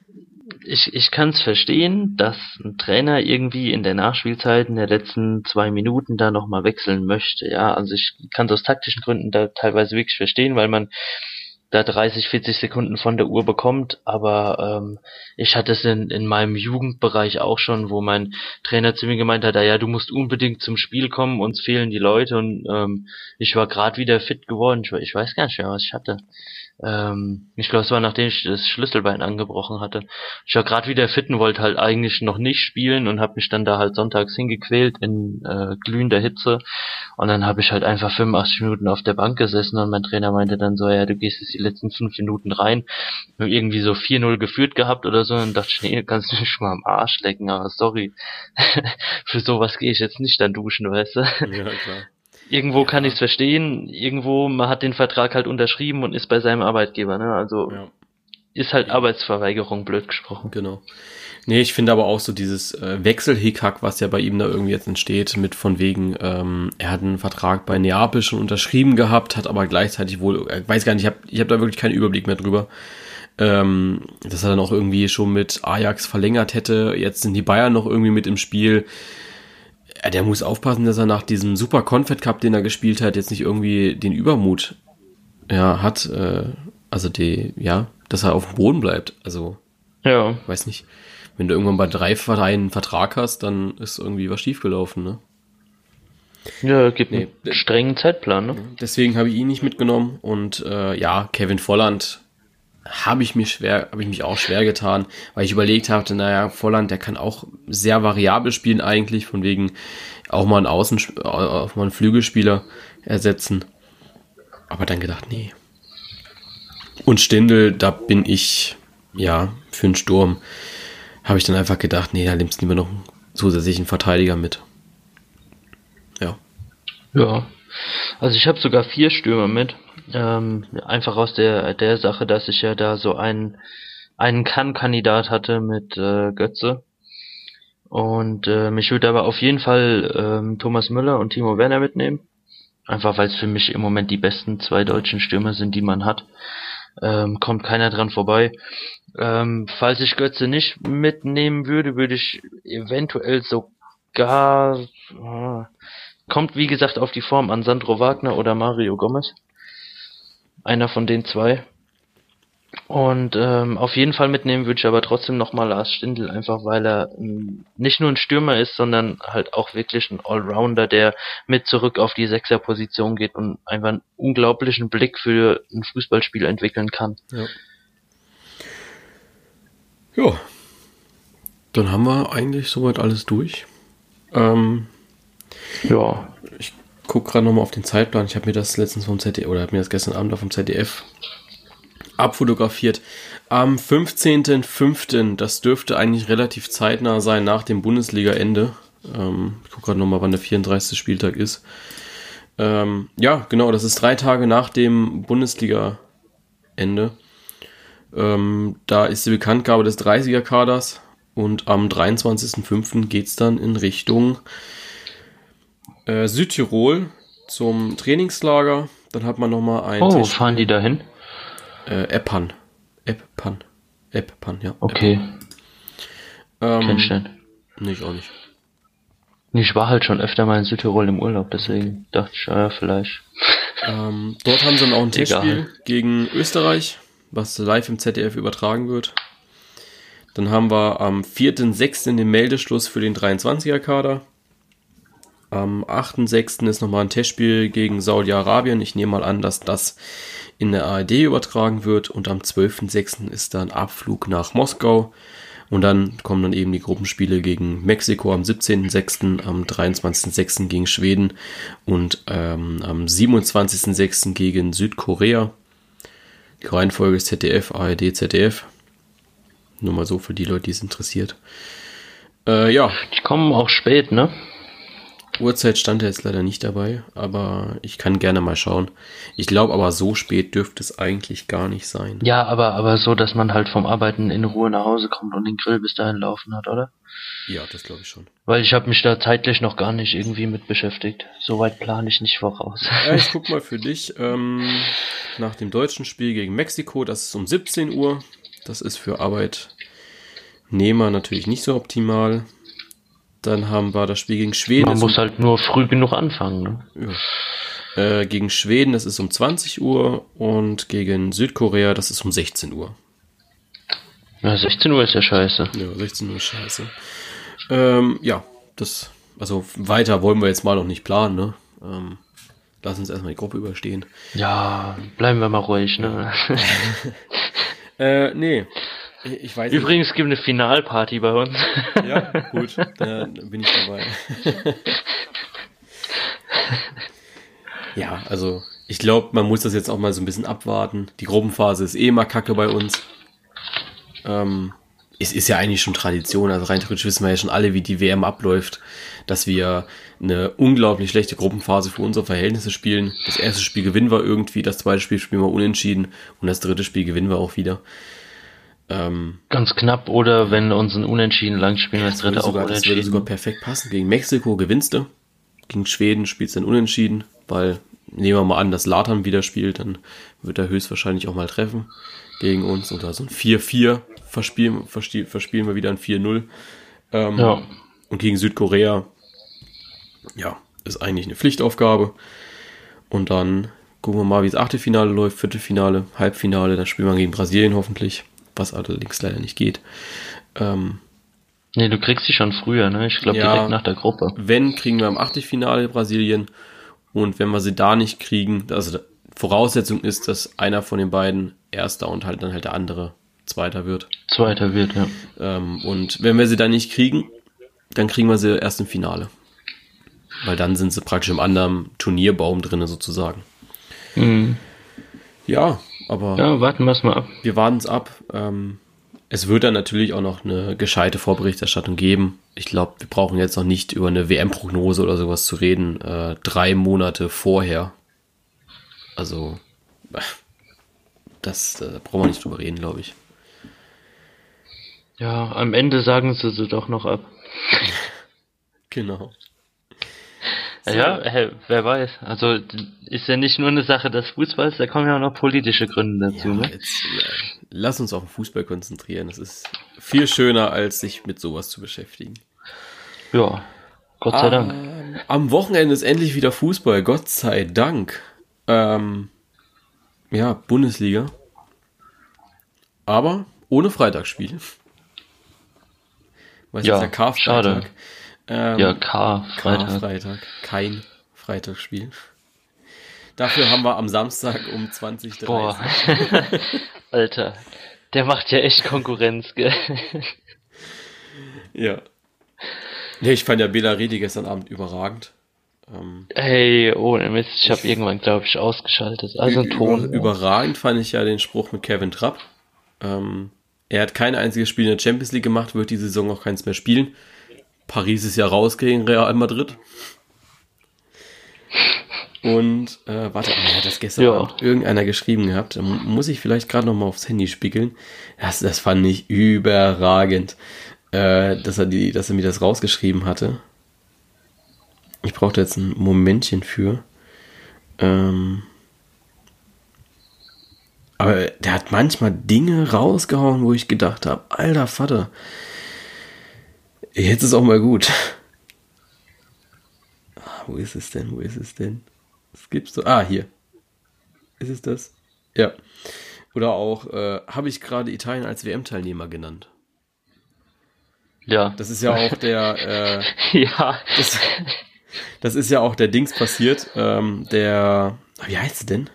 ich, ich kann es verstehen, dass ein Trainer irgendwie in der Nachspielzeit in der letzten zwei Minuten da nochmal wechseln möchte, ja. Also ich kann es aus taktischen Gründen da teilweise wirklich verstehen, weil man da dreißig, vierzig Sekunden von der Uhr bekommt, aber ähm, ich hatte es in, in meinem Jugendbereich auch schon, wo mein Trainer zu mir gemeint hat, ja, du musst unbedingt zum Spiel kommen, uns fehlen die Leute und ähm, ich war gerade wieder fit geworden, ich, ich weiß gar nicht mehr, was ich hatte. Ähm, ich glaube, es war nachdem ich das Schlüsselbein angebrochen hatte. Ich war gerade wieder fit und wollte halt eigentlich noch nicht spielen und habe mich dann da halt sonntags hingequält in äh, glühender Hitze und dann habe ich halt einfach fünfundachtzig Minuten auf der Bank gesessen und mein Trainer meinte dann so, ja, du gehst jetzt die letzten fünf Minuten rein. Wir haben irgendwie so vier null geführt gehabt oder so und dann dachte ich, nee, kannst du mich mal am Arsch lecken, aber sorry. Für sowas gehe ich jetzt nicht dann duschen, weißt du? ja, klar. Irgendwo Ja. kann ich es verstehen, irgendwo, man hat den Vertrag halt unterschrieben und ist bei seinem Arbeitgeber, ne? Also Ja. ist halt Ja. Arbeitsverweigerung, blöd gesprochen. Genau. Nee, ich finde aber auch so dieses äh, Wechselhickhack, was ja bei ihm da irgendwie jetzt entsteht, mit von wegen, ähm, er hat einen Vertrag bei Neapel schon unterschrieben gehabt, hat aber gleichzeitig wohl, ich weiß gar nicht, ich habe ich hab da wirklich keinen Überblick mehr drüber, ähm, dass er dann auch irgendwie schon mit Ajax verlängert hätte, jetzt sind die Bayern noch irgendwie mit im Spiel. Ja, der muss aufpassen, dass er nach diesem Super Confed Cup, den er gespielt hat, jetzt nicht irgendwie den Übermut ja, hat, äh, also die, ja, dass er auf dem Boden bleibt, also Ja, weiß nicht, wenn du irgendwann bei drei Vereinen einen Vertrag hast, dann ist irgendwie was schiefgelaufen, ne? ja, gibt Nee. einen strengen Zeitplan, ne? Deswegen habe ich ihn nicht mitgenommen und äh, ja, Kevin Volland habe ich mich schwer, habe ich mich auch schwer getan, weil ich überlegt hatte, naja, Volland, der kann auch sehr variabel spielen eigentlich, von wegen auch mal einen Außen, auch mal einen Flügelspieler ersetzen. Aber dann gedacht, nee. Und Stindl, da bin ich, ja, für einen Sturm, habe ich dann einfach gedacht, nee, da nimmst du lieber noch einen zusätzlichen Verteidiger mit. Ja. Ja, also ich habe sogar vier Stürmer mit. Ähm, einfach aus der der Sache, dass ich ja da so einen einen Kann-Kandidat hatte mit äh, Götze. Und äh, mich würde aber auf jeden Fall ähm, Thomas Müller und Timo Werner mitnehmen. Einfach weil es für mich im Moment die besten zwei deutschen Stürmer sind, die man hat. Ähm, kommt keiner dran vorbei. Ähm, falls ich Götze nicht mitnehmen würde, würde ich eventuell sogar... Äh, kommt wie gesagt auf die Form an, Sandro Wagner oder Mario Gomez. Einer von den zwei. Und ähm, auf jeden Fall mitnehmen würde ich aber trotzdem nochmal Lars Stindl, einfach weil er ähm, nicht nur ein Stürmer ist, sondern halt auch wirklich ein Allrounder, der mit zurück auf die Sechserposition geht und einfach einen unglaublichen Blick für ein Fußballspiel entwickeln kann. Ja. Ja. Dann haben wir eigentlich soweit alles durch. Ähm, ja. Ich gucke gerade nochmal auf den Zeitplan. Ich habe mir das letztens vom Z D F oder habe mir das gestern Abend auf dem Z D F abfotografiert. Am fünfzehnten fünften Das dürfte eigentlich relativ zeitnah sein nach dem Bundesliga-Ende. Ähm, ich gucke gerade nochmal, wann der vierunddreißigste Spieltag ist. Ähm, ja, genau, das ist drei Tage nach dem Bundesliga-Ende. Ähm, da ist die Bekanntgabe des dreißiger-Kaders und am dreiundzwanzigsten fünften geht es dann in Richtung äh, Südtirol zum Trainingslager. Dann hat man nochmal ein... Oh, Test- fahren die dahin? Äh, Eppan. Eppan. Eppan, ja. Okay. Ähm, Kenn ich nicht. Nee, ich auch nicht. Ich war halt schon öfter mal in Südtirol im Urlaub, deswegen dachte ich, ja, vielleicht. Ähm, dort haben sie dann auch ein Egal. Testspiel gegen Österreich, was live im Z D F übertragen wird. Dann haben wir am vierten sechsten den Meldeschluss für den dreiundzwanziger-Kader. Am achten sechsten ist nochmal ein Testspiel gegen Saudi-Arabien. Ich nehme mal an, dass das in der A R D übertragen wird. Und am zwölften sechsten ist dann Abflug nach Moskau. Und dann kommen dann eben die Gruppenspiele gegen Mexiko am siebzehnten sechsten, am dreiundzwanzigsten sechsten gegen Schweden und ähm, am siebenundzwanzigsten sechsten gegen Südkorea. Die Reihenfolge ist Z D F, A R D, Z D F. Nur mal so für die Leute, die es interessiert. Äh, ja. Die kommen auch spät, ne? Uhrzeit stand jetzt leider nicht dabei, aber ich kann gerne mal schauen. Ich glaube aber, so spät dürfte es eigentlich gar nicht sein. Ja, aber, aber so, dass man halt vom Arbeiten in Ruhe nach Hause kommt und den Grill bis dahin laufen hat, oder? Ja, das glaube ich schon. Weil ich habe mich da zeitlich noch gar nicht irgendwie mit beschäftigt. Soweit plane ich nicht voraus. Ja, ich guck mal für dich ähm, nach dem deutschen Spiel gegen Mexiko. Das ist um siebzehn Uhr. Das ist für Arbeitnehmer natürlich nicht so optimal. Dann haben wir das Spiel gegen Schweden. Man muss um, halt nur früh genug anfangen. Ne? Ja. Äh, gegen Schweden, das ist um zwanzig Uhr. Und gegen Südkorea, das ist um sechzehn Uhr. Ja, sechzehn Uhr ist ja scheiße. Ja, sechzehn Uhr ist scheiße. Ähm, ja, das, also weiter wollen wir jetzt mal noch nicht planen, ne? Ähm, lass uns erstmal die Gruppe überstehen. Ja, bleiben wir mal ruhig, ne? äh, nee. Ich weiß Übrigens nicht. Gibt eine Finalparty bei uns. Ja, gut, da bin ich dabei. Ja, also ich glaube, man muss das jetzt auch mal so ein bisschen abwarten. Die Gruppenphase ist eh immer kacke bei uns. Ähm, es ist ja eigentlich schon Tradition, also rein theoretisch wissen wir ja schon alle, wie die W M abläuft, dass wir eine unglaublich schlechte Gruppenphase für unsere Verhältnisse spielen. Das erste Spiel gewinnen wir irgendwie, das zweite Spiel spielen wir unentschieden und das dritte Spiel gewinnen wir auch wieder. Ähm, Ganz knapp, oder wenn uns ein Unentschieden lang spielen, das, das dritte auch sogar, unentschieden. Das würde sogar perfekt passen. Gegen Mexiko gewinnst du, gegen Schweden spielst du dann unentschieden, weil, nehmen wir mal an, dass Zlatan wieder spielt, dann wird er höchstwahrscheinlich auch mal treffen gegen uns. Oder so ein vier vier verspielen, verspielen wir wieder ein vier null. Ähm, ja. Und gegen Südkorea, ja, ist eigentlich eine Pflichtaufgabe. Und dann gucken wir mal, wie das Achtelfinale läuft, Viertelfinale, Halbfinale, dann spielen wir gegen Brasilien hoffentlich. Was allerdings leider nicht geht. Ähm, nee, du kriegst sie schon früher, ne? Ich glaube ja, direkt nach der Gruppe. Wenn, kriegen wir im Achtelfinale Brasilien. Und wenn wir sie da nicht kriegen, also Voraussetzung ist, dass einer von den beiden Erster und halt dann halt der andere Zweiter wird. Zweiter wird, ja. Ähm, und wenn wir sie dann nicht kriegen, dann kriegen wir sie erst im Finale. Weil dann sind sie praktisch im anderen Turnierbaum drin sozusagen. Mhm. Ja, aber Ja, warten wir es mal ab. wir warten es ab. Ähm, es wird dann natürlich auch noch eine gescheite Vorberichterstattung geben. Ich glaube, wir brauchen jetzt noch nicht über eine W M-Prognose oder sowas zu reden. Äh, drei Monate vorher. Also, das da brauchen wir nicht drüber reden, glaube ich. Ja, am Ende sagen sie sie doch noch ab. Genau. Ja, hey, wer weiß. Also ist ja nicht nur eine Sache des Fußballs, da kommen ja auch noch politische Gründe dazu. Ja, Ne? jetzt, ja, lass uns auf den Fußball konzentrieren. Das ist viel schöner, als sich mit sowas zu beschäftigen. Ja, Gott sei Dank. Ähm, am Wochenende ist endlich wieder Fußball, Gott sei Dank. Ähm, ja, Bundesliga. Aber ohne Freitagsspiel. Weil es Ja, ist ja Karfreitag. schade. Ähm, Ja, K, Freitag. Karfreitag. Kein Freitagsspiel. Dafür haben wir am Samstag um zwanzig Uhr dreißig. Boah. Alter, der macht ja echt Konkurrenz, gell? Ja. Nee, ich fand ja Bela Redi gestern Abend überragend. Ähm, Hey, ohne Mist, ich habe irgendwann, glaube ich, ausgeschaltet. Also ein Ton. über, überragend fand ich ja den Spruch mit Kevin Trapp. Ähm, er hat kein einziges Spiel in der Champions League gemacht, wird die Saison auch keins mehr spielen. Paris ist ja raus gegen Real Madrid. Und, äh, warte, er hat das gestern Ja. Abend irgendeiner geschrieben gehabt. Da muss ich vielleicht gerade noch mal aufs Handy spiegeln. Das, das fand ich überragend, äh, dass er die, dass er mir das rausgeschrieben hatte. Ich brauchte jetzt ein Momentchen für. Ähm, aber der hat manchmal Dinge rausgehauen, wo ich gedacht habe, alter Vater, jetzt ist auch mal gut. Ah, wo ist es denn? Wo ist es denn? Es gibt so. Ah, hier. Ist es das? Ja. Oder auch, äh, habe ich gerade Italien als W M-Teilnehmer genannt. Ja. Das ist ja auch der, äh, Ja. das, das ist ja auch der Dings passiert, ähm, der, wie heißt sie denn?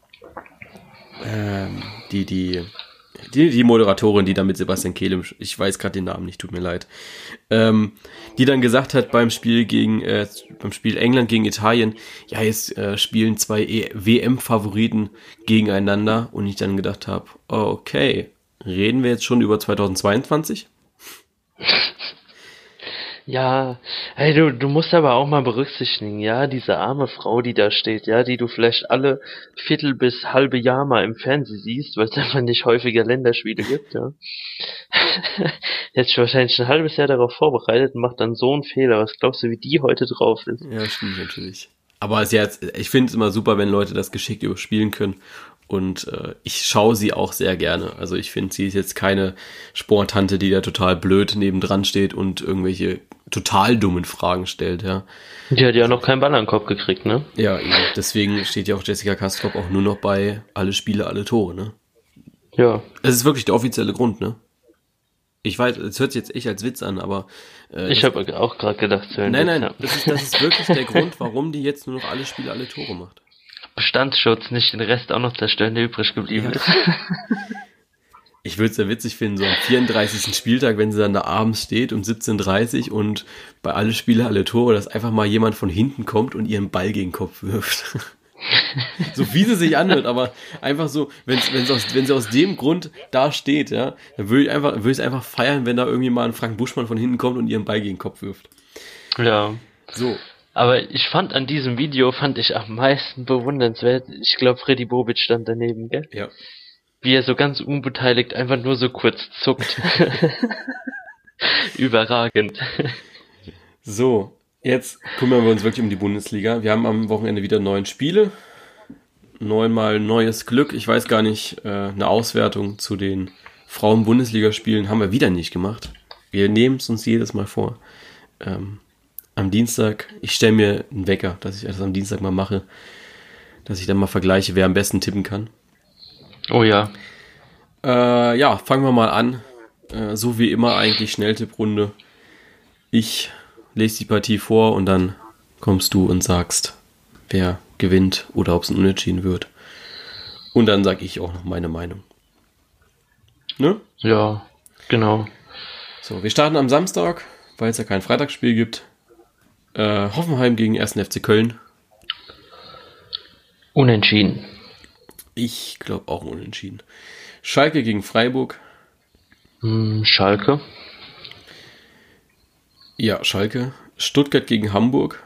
Ähm, die, die, die, die Moderatorin, die da mit Sebastian Kehl, ich weiß gerade den Namen nicht, tut mir leid, ähm, die dann gesagt hat beim Spiel gegen, äh, beim Spiel England gegen Italien, ja, jetzt äh, spielen zwei e- W M-Favoriten gegeneinander und ich dann gedacht habe, okay, reden wir jetzt schon über zweitausendzweiundzwanzig? Ja, hey, du, du musst aber auch mal berücksichtigen, ja, diese arme Frau, die da steht, ja, die du vielleicht alle Viertel bis halbe Jahr mal im Fernsehen siehst, weil es einfach nicht häufiger Länderspiele gibt, ja. Jetzt schon wahrscheinlich ein halbes Jahr darauf vorbereitet und macht dann so einen Fehler. Was glaubst du, wie die heute drauf ist? Ja, stimmt natürlich. Aber sie hat, ich finde es immer super, wenn Leute das geschickt überspielen können. Und äh, ich schaue sie auch sehr gerne. Also ich finde, sie ist jetzt keine Sporttante, die da total blöd nebendran steht und irgendwelche total dummen Fragen stellt, ja. Die hat ja noch keinen Ball an den Kopf gekriegt, ne? Ja, eben. Deswegen steht ja auch Jessica Kastrop auch nur noch bei alle Spiele, alle Tore, ne? Ja. Es ist wirklich der offizielle Grund, ne? Ich weiß, es hört sich jetzt echt als Witz an, aber äh, Ich habe auch gerade gedacht, so ein nein, Witz, nein, ja. das ist, das ist wirklich der Grund, warum die jetzt nur noch alle Spiele, alle Tore macht. Bestandsschutz, nicht den Rest auch noch zerstören, der übrig geblieben Ja. ist. Ich würde es ja witzig finden, so am vierunddreißigsten Spieltag, wenn sie dann da abends steht um siebzehn Uhr dreißig und bei alle Spiele, alle Tore, dass einfach mal jemand von hinten kommt und ihren Ball gegen den Kopf wirft. So wie sie sich anhört, aber einfach so, wenn's, wenn's aus, wenn sie aus dem Grund da steht, ja, dann würde ich einfach, würde ich es einfach feiern, wenn da irgendwie mal ein Frank Buschmann von hinten kommt und ihren Ball gegen den Kopf wirft. Ja. So. Aber ich fand an diesem Video, fand ich am meisten bewundernswert, ich glaube Freddy Bobic stand daneben, gell? Ja. Wie er so ganz unbeteiligt einfach nur so kurz zuckt. Überragend. So, jetzt kümmern wir uns wirklich um die Bundesliga. Wir haben am Wochenende wieder neun Spiele. Neunmal neues Glück. Ich weiß gar nicht, äh, eine Auswertung zu den Frauen-Bundesligaspielen haben wir wieder nicht gemacht. Wir nehmen es uns jedes Mal vor. Ähm, am Dienstag, ich stelle mir einen Wecker, dass ich das am Dienstag mal mache, dass ich dann mal vergleiche, wer am besten tippen kann. Oh ja. Äh, ja, fangen wir mal an. Äh, so wie immer eigentlich Schnelltipprunde. Ich lese die Partie vor und dann kommst du und sagst, wer gewinnt oder ob es ein Unentschieden wird. Und dann sage ich auch noch meine Meinung. Ne? Ja, genau. So, wir starten am Samstag, weil es ja kein Freitagsspiel gibt. Äh, Hoffenheim gegen ersten F C Köln. Unentschieden. Ich glaube auch unentschieden. Schalke gegen Freiburg. Hm, Schalke. Ja, Schalke. Stuttgart gegen Hamburg.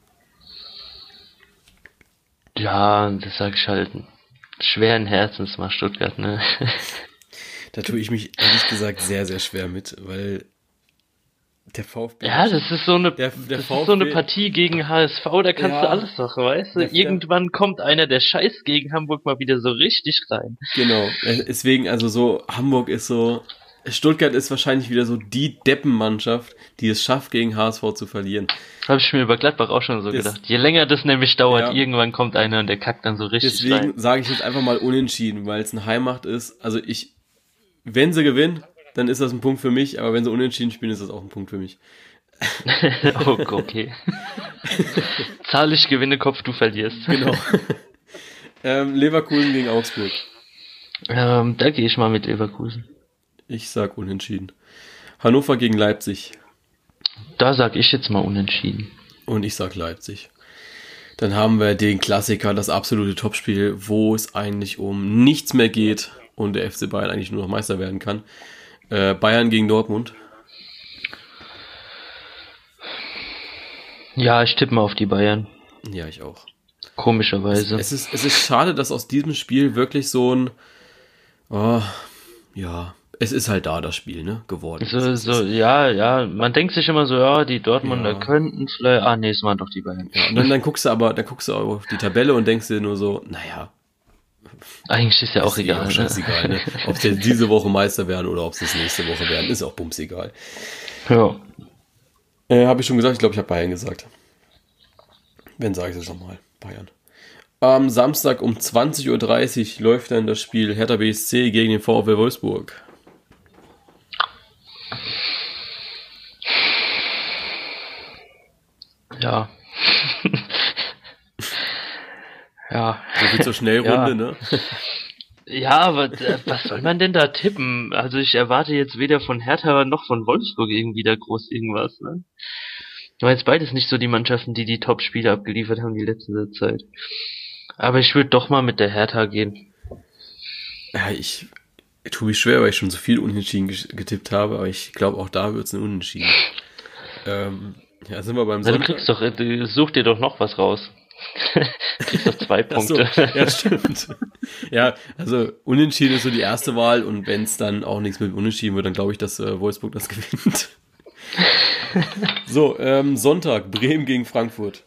Ja, das sag ich halt. Schweren Herzens mal Stuttgart, ne? Da tue ich mich ehrlich gesagt sehr, sehr schwer mit, weil der VfB... Ja, das ist so eine, der, der das VfB, ist so eine Partie gegen H S V, da kannst ja, du alles machen, weißt du? der, Irgendwann kommt einer, der scheißt gegen Hamburg mal wieder so richtig rein. Genau, deswegen, also so, Hamburg ist so... Stuttgart ist wahrscheinlich wieder so die Deppenmannschaft, die es schafft, gegen H S V zu verlieren. Habe ich mir über Gladbach auch schon so das, gedacht. Je länger das nämlich dauert, ja, irgendwann kommt einer und der kackt dann so richtig deswegen rein. Deswegen sage ich jetzt einfach mal unentschieden, weil es eine Heimmacht ist. Also ich, wenn sie gewinnen, dann ist das ein Punkt für mich, aber wenn sie unentschieden spielen, ist das auch ein Punkt für mich. Oh, okay. Zahl ich gewinne, Kopf, du verlierst. Genau. ähm, Leverkusen gegen Augsburg. Ähm, da gehe ich mal mit Leverkusen. Ich sag unentschieden. Hannover gegen Leipzig. Da sag ich jetzt mal unentschieden. Und ich sag Leipzig. Dann haben wir den Klassiker, das absolute Topspiel, wo es eigentlich um nichts mehr geht und der F C Bayern eigentlich nur noch Meister werden kann. Äh, Bayern gegen Dortmund. Ja, ich tippe mal auf die Bayern. Ja, ich auch. Komischerweise. Es, es, ist, es ist schade, dass aus diesem Spiel wirklich so ein... Oh, ja... Es ist halt da das Spiel, ne, geworden. So, so, ja, ja, man denkt sich immer so, ja, die Dortmunder ja. könnten vielleicht, ah, nee, es waren doch die Bayern. Ja, und dann, dann guckst du aber, dann guckst du aber auf die Tabelle und denkst dir nur so, naja. Eigentlich ist ja auch ist egal. Auch scheißegal, ne? Ob sie jetzt diese Woche Meister werden oder ob sie es nächste Woche werden, ist auch bums egal. Ja. Äh, habe ich schon gesagt, ich glaube, ich habe Bayern gesagt. Wenn, sage ich es nochmal, Bayern. Am Samstag um zwanzig Uhr dreißig läuft dann das Spiel Hertha B S C gegen den VfL Wolfsburg. Ja. Ja. So viel zur Schnellrunde, ja. ne? Ja, aber was soll man denn da tippen? Also ich erwarte jetzt weder von Hertha noch von Wolfsburg irgendwie da groß irgendwas, ne? War jetzt beides nicht so die Mannschaften, die die Top-Spiele abgeliefert haben die letzte Zeit. Aber ich würde doch mal mit der Hertha gehen. Ja, ich, ich tue mich schwer, weil ich schon so viel Unentschieden getippt habe, aber ich glaube auch da wird es ein Unentschieden. ähm, ja, sind wir beim Na, Sonntag. du kriegst doch, du such dir doch noch was raus. Du kriegst doch zwei Punkte. Ach so, ja, stimmt. Ja, also Unentschieden ist so die erste Wahl und wenn es dann auch nichts mit Unentschieden wird, dann glaube ich, dass äh, Wolfsburg das gewinnt. So, ähm, Sonntag, Bremen gegen Frankfurt.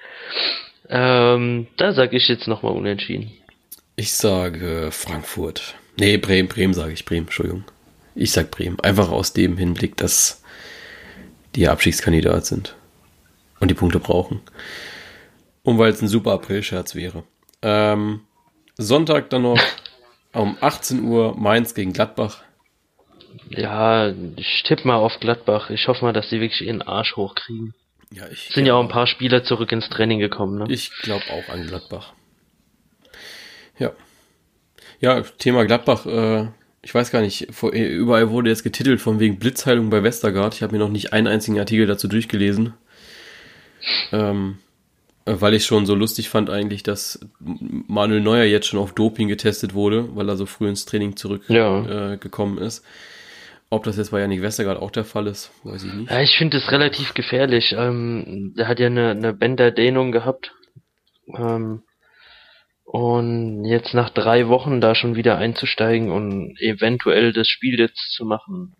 Ähm, da sage ich jetzt nochmal unentschieden. Ich sage Frankfurt. Nee, Bremen, Bremen sage ich, Bremen, Entschuldigung. Ich sag Bremen. Einfach aus dem Hinblick, dass die Abstiegskandidat sind und die Punkte brauchen. Und weil es ein super April-Scherz wäre. Ähm, Sonntag dann noch um achtzehn Uhr Mainz gegen Gladbach. Ja, ich tippe mal auf Gladbach. Ich hoffe mal, dass die wirklich ihren Arsch hochkriegen. Ja, ich sind ja auch ein paar Spieler zurück ins Training gekommen, ne? Ich glaube auch an Gladbach. Ja. Ja, Thema Gladbach, äh, ich weiß gar nicht, vor, überall wurde jetzt getitelt von wegen Blitzheilung bei Westergaard. Ich habe mir noch nicht einen einzigen Artikel dazu durchgelesen. Ähm, weil ich schon so lustig fand eigentlich, dass Manuel Neuer jetzt schon auf Doping getestet wurde, weil er so früh ins Training zurückgekommen ja. äh, gekommen ist. Ob das jetzt bei Jannik Westergaard auch der Fall ist, weiß ich nicht. Ja, ich finde es relativ gefährlich. Ähm, der hat ja eine, eine Bänderdehnung gehabt. Ähm, und jetzt nach drei Wochen da schon wieder einzusteigen und eventuell das Spiel jetzt zu machen.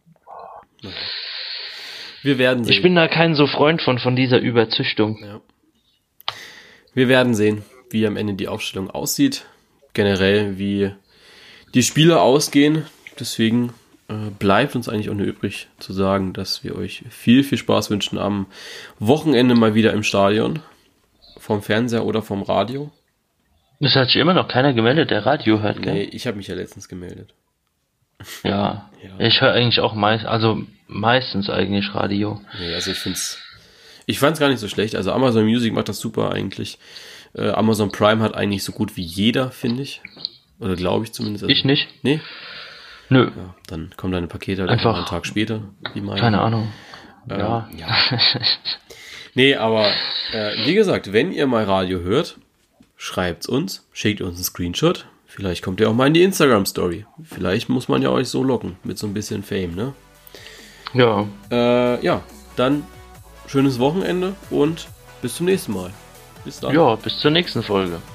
Wir werden sehen. Ich bin da kein so Freund von, von dieser Überzüchtung. Ja. Wir werden sehen, wie am Ende die Aufstellung aussieht. Generell, wie die Spiele ausgehen. Deswegen äh, bleibt uns eigentlich auch nur übrig zu sagen, dass wir euch viel, viel Spaß wünschen am Wochenende mal wieder im Stadion. Vom Fernseher oder vom Radio. Es hat sich immer noch keiner gemeldet, der Radio hört, gell? Nee, ich habe mich ja letztens gemeldet. Ja, ja. Ich höre eigentlich auch meist, also meistens eigentlich Radio. Nee, also ich find's, ich fand's gar nicht so schlecht. Also Amazon Music macht das super eigentlich. Äh, Amazon Prime hat eigentlich so gut wie jeder, finde ich. Oder glaube ich zumindest. Also, ich nicht. Nee? Nö. Ja, dann kommen deine Pakete halt Einfach einen Tag später. Wie meine. Keine Ahnung. Ähm, ja. ja. Nee, aber äh, wie gesagt, wenn ihr mal Radio hört, schreibt's uns, schickt uns einen Screenshot. Vielleicht kommt ihr auch mal in die Instagram-Story. Vielleicht muss man ja euch so locken mit so ein bisschen Fame, ne? Ja. Äh, ja, dann schönes Wochenende und bis zum nächsten Mal. Bis dann. Ja, bis zur nächsten Folge.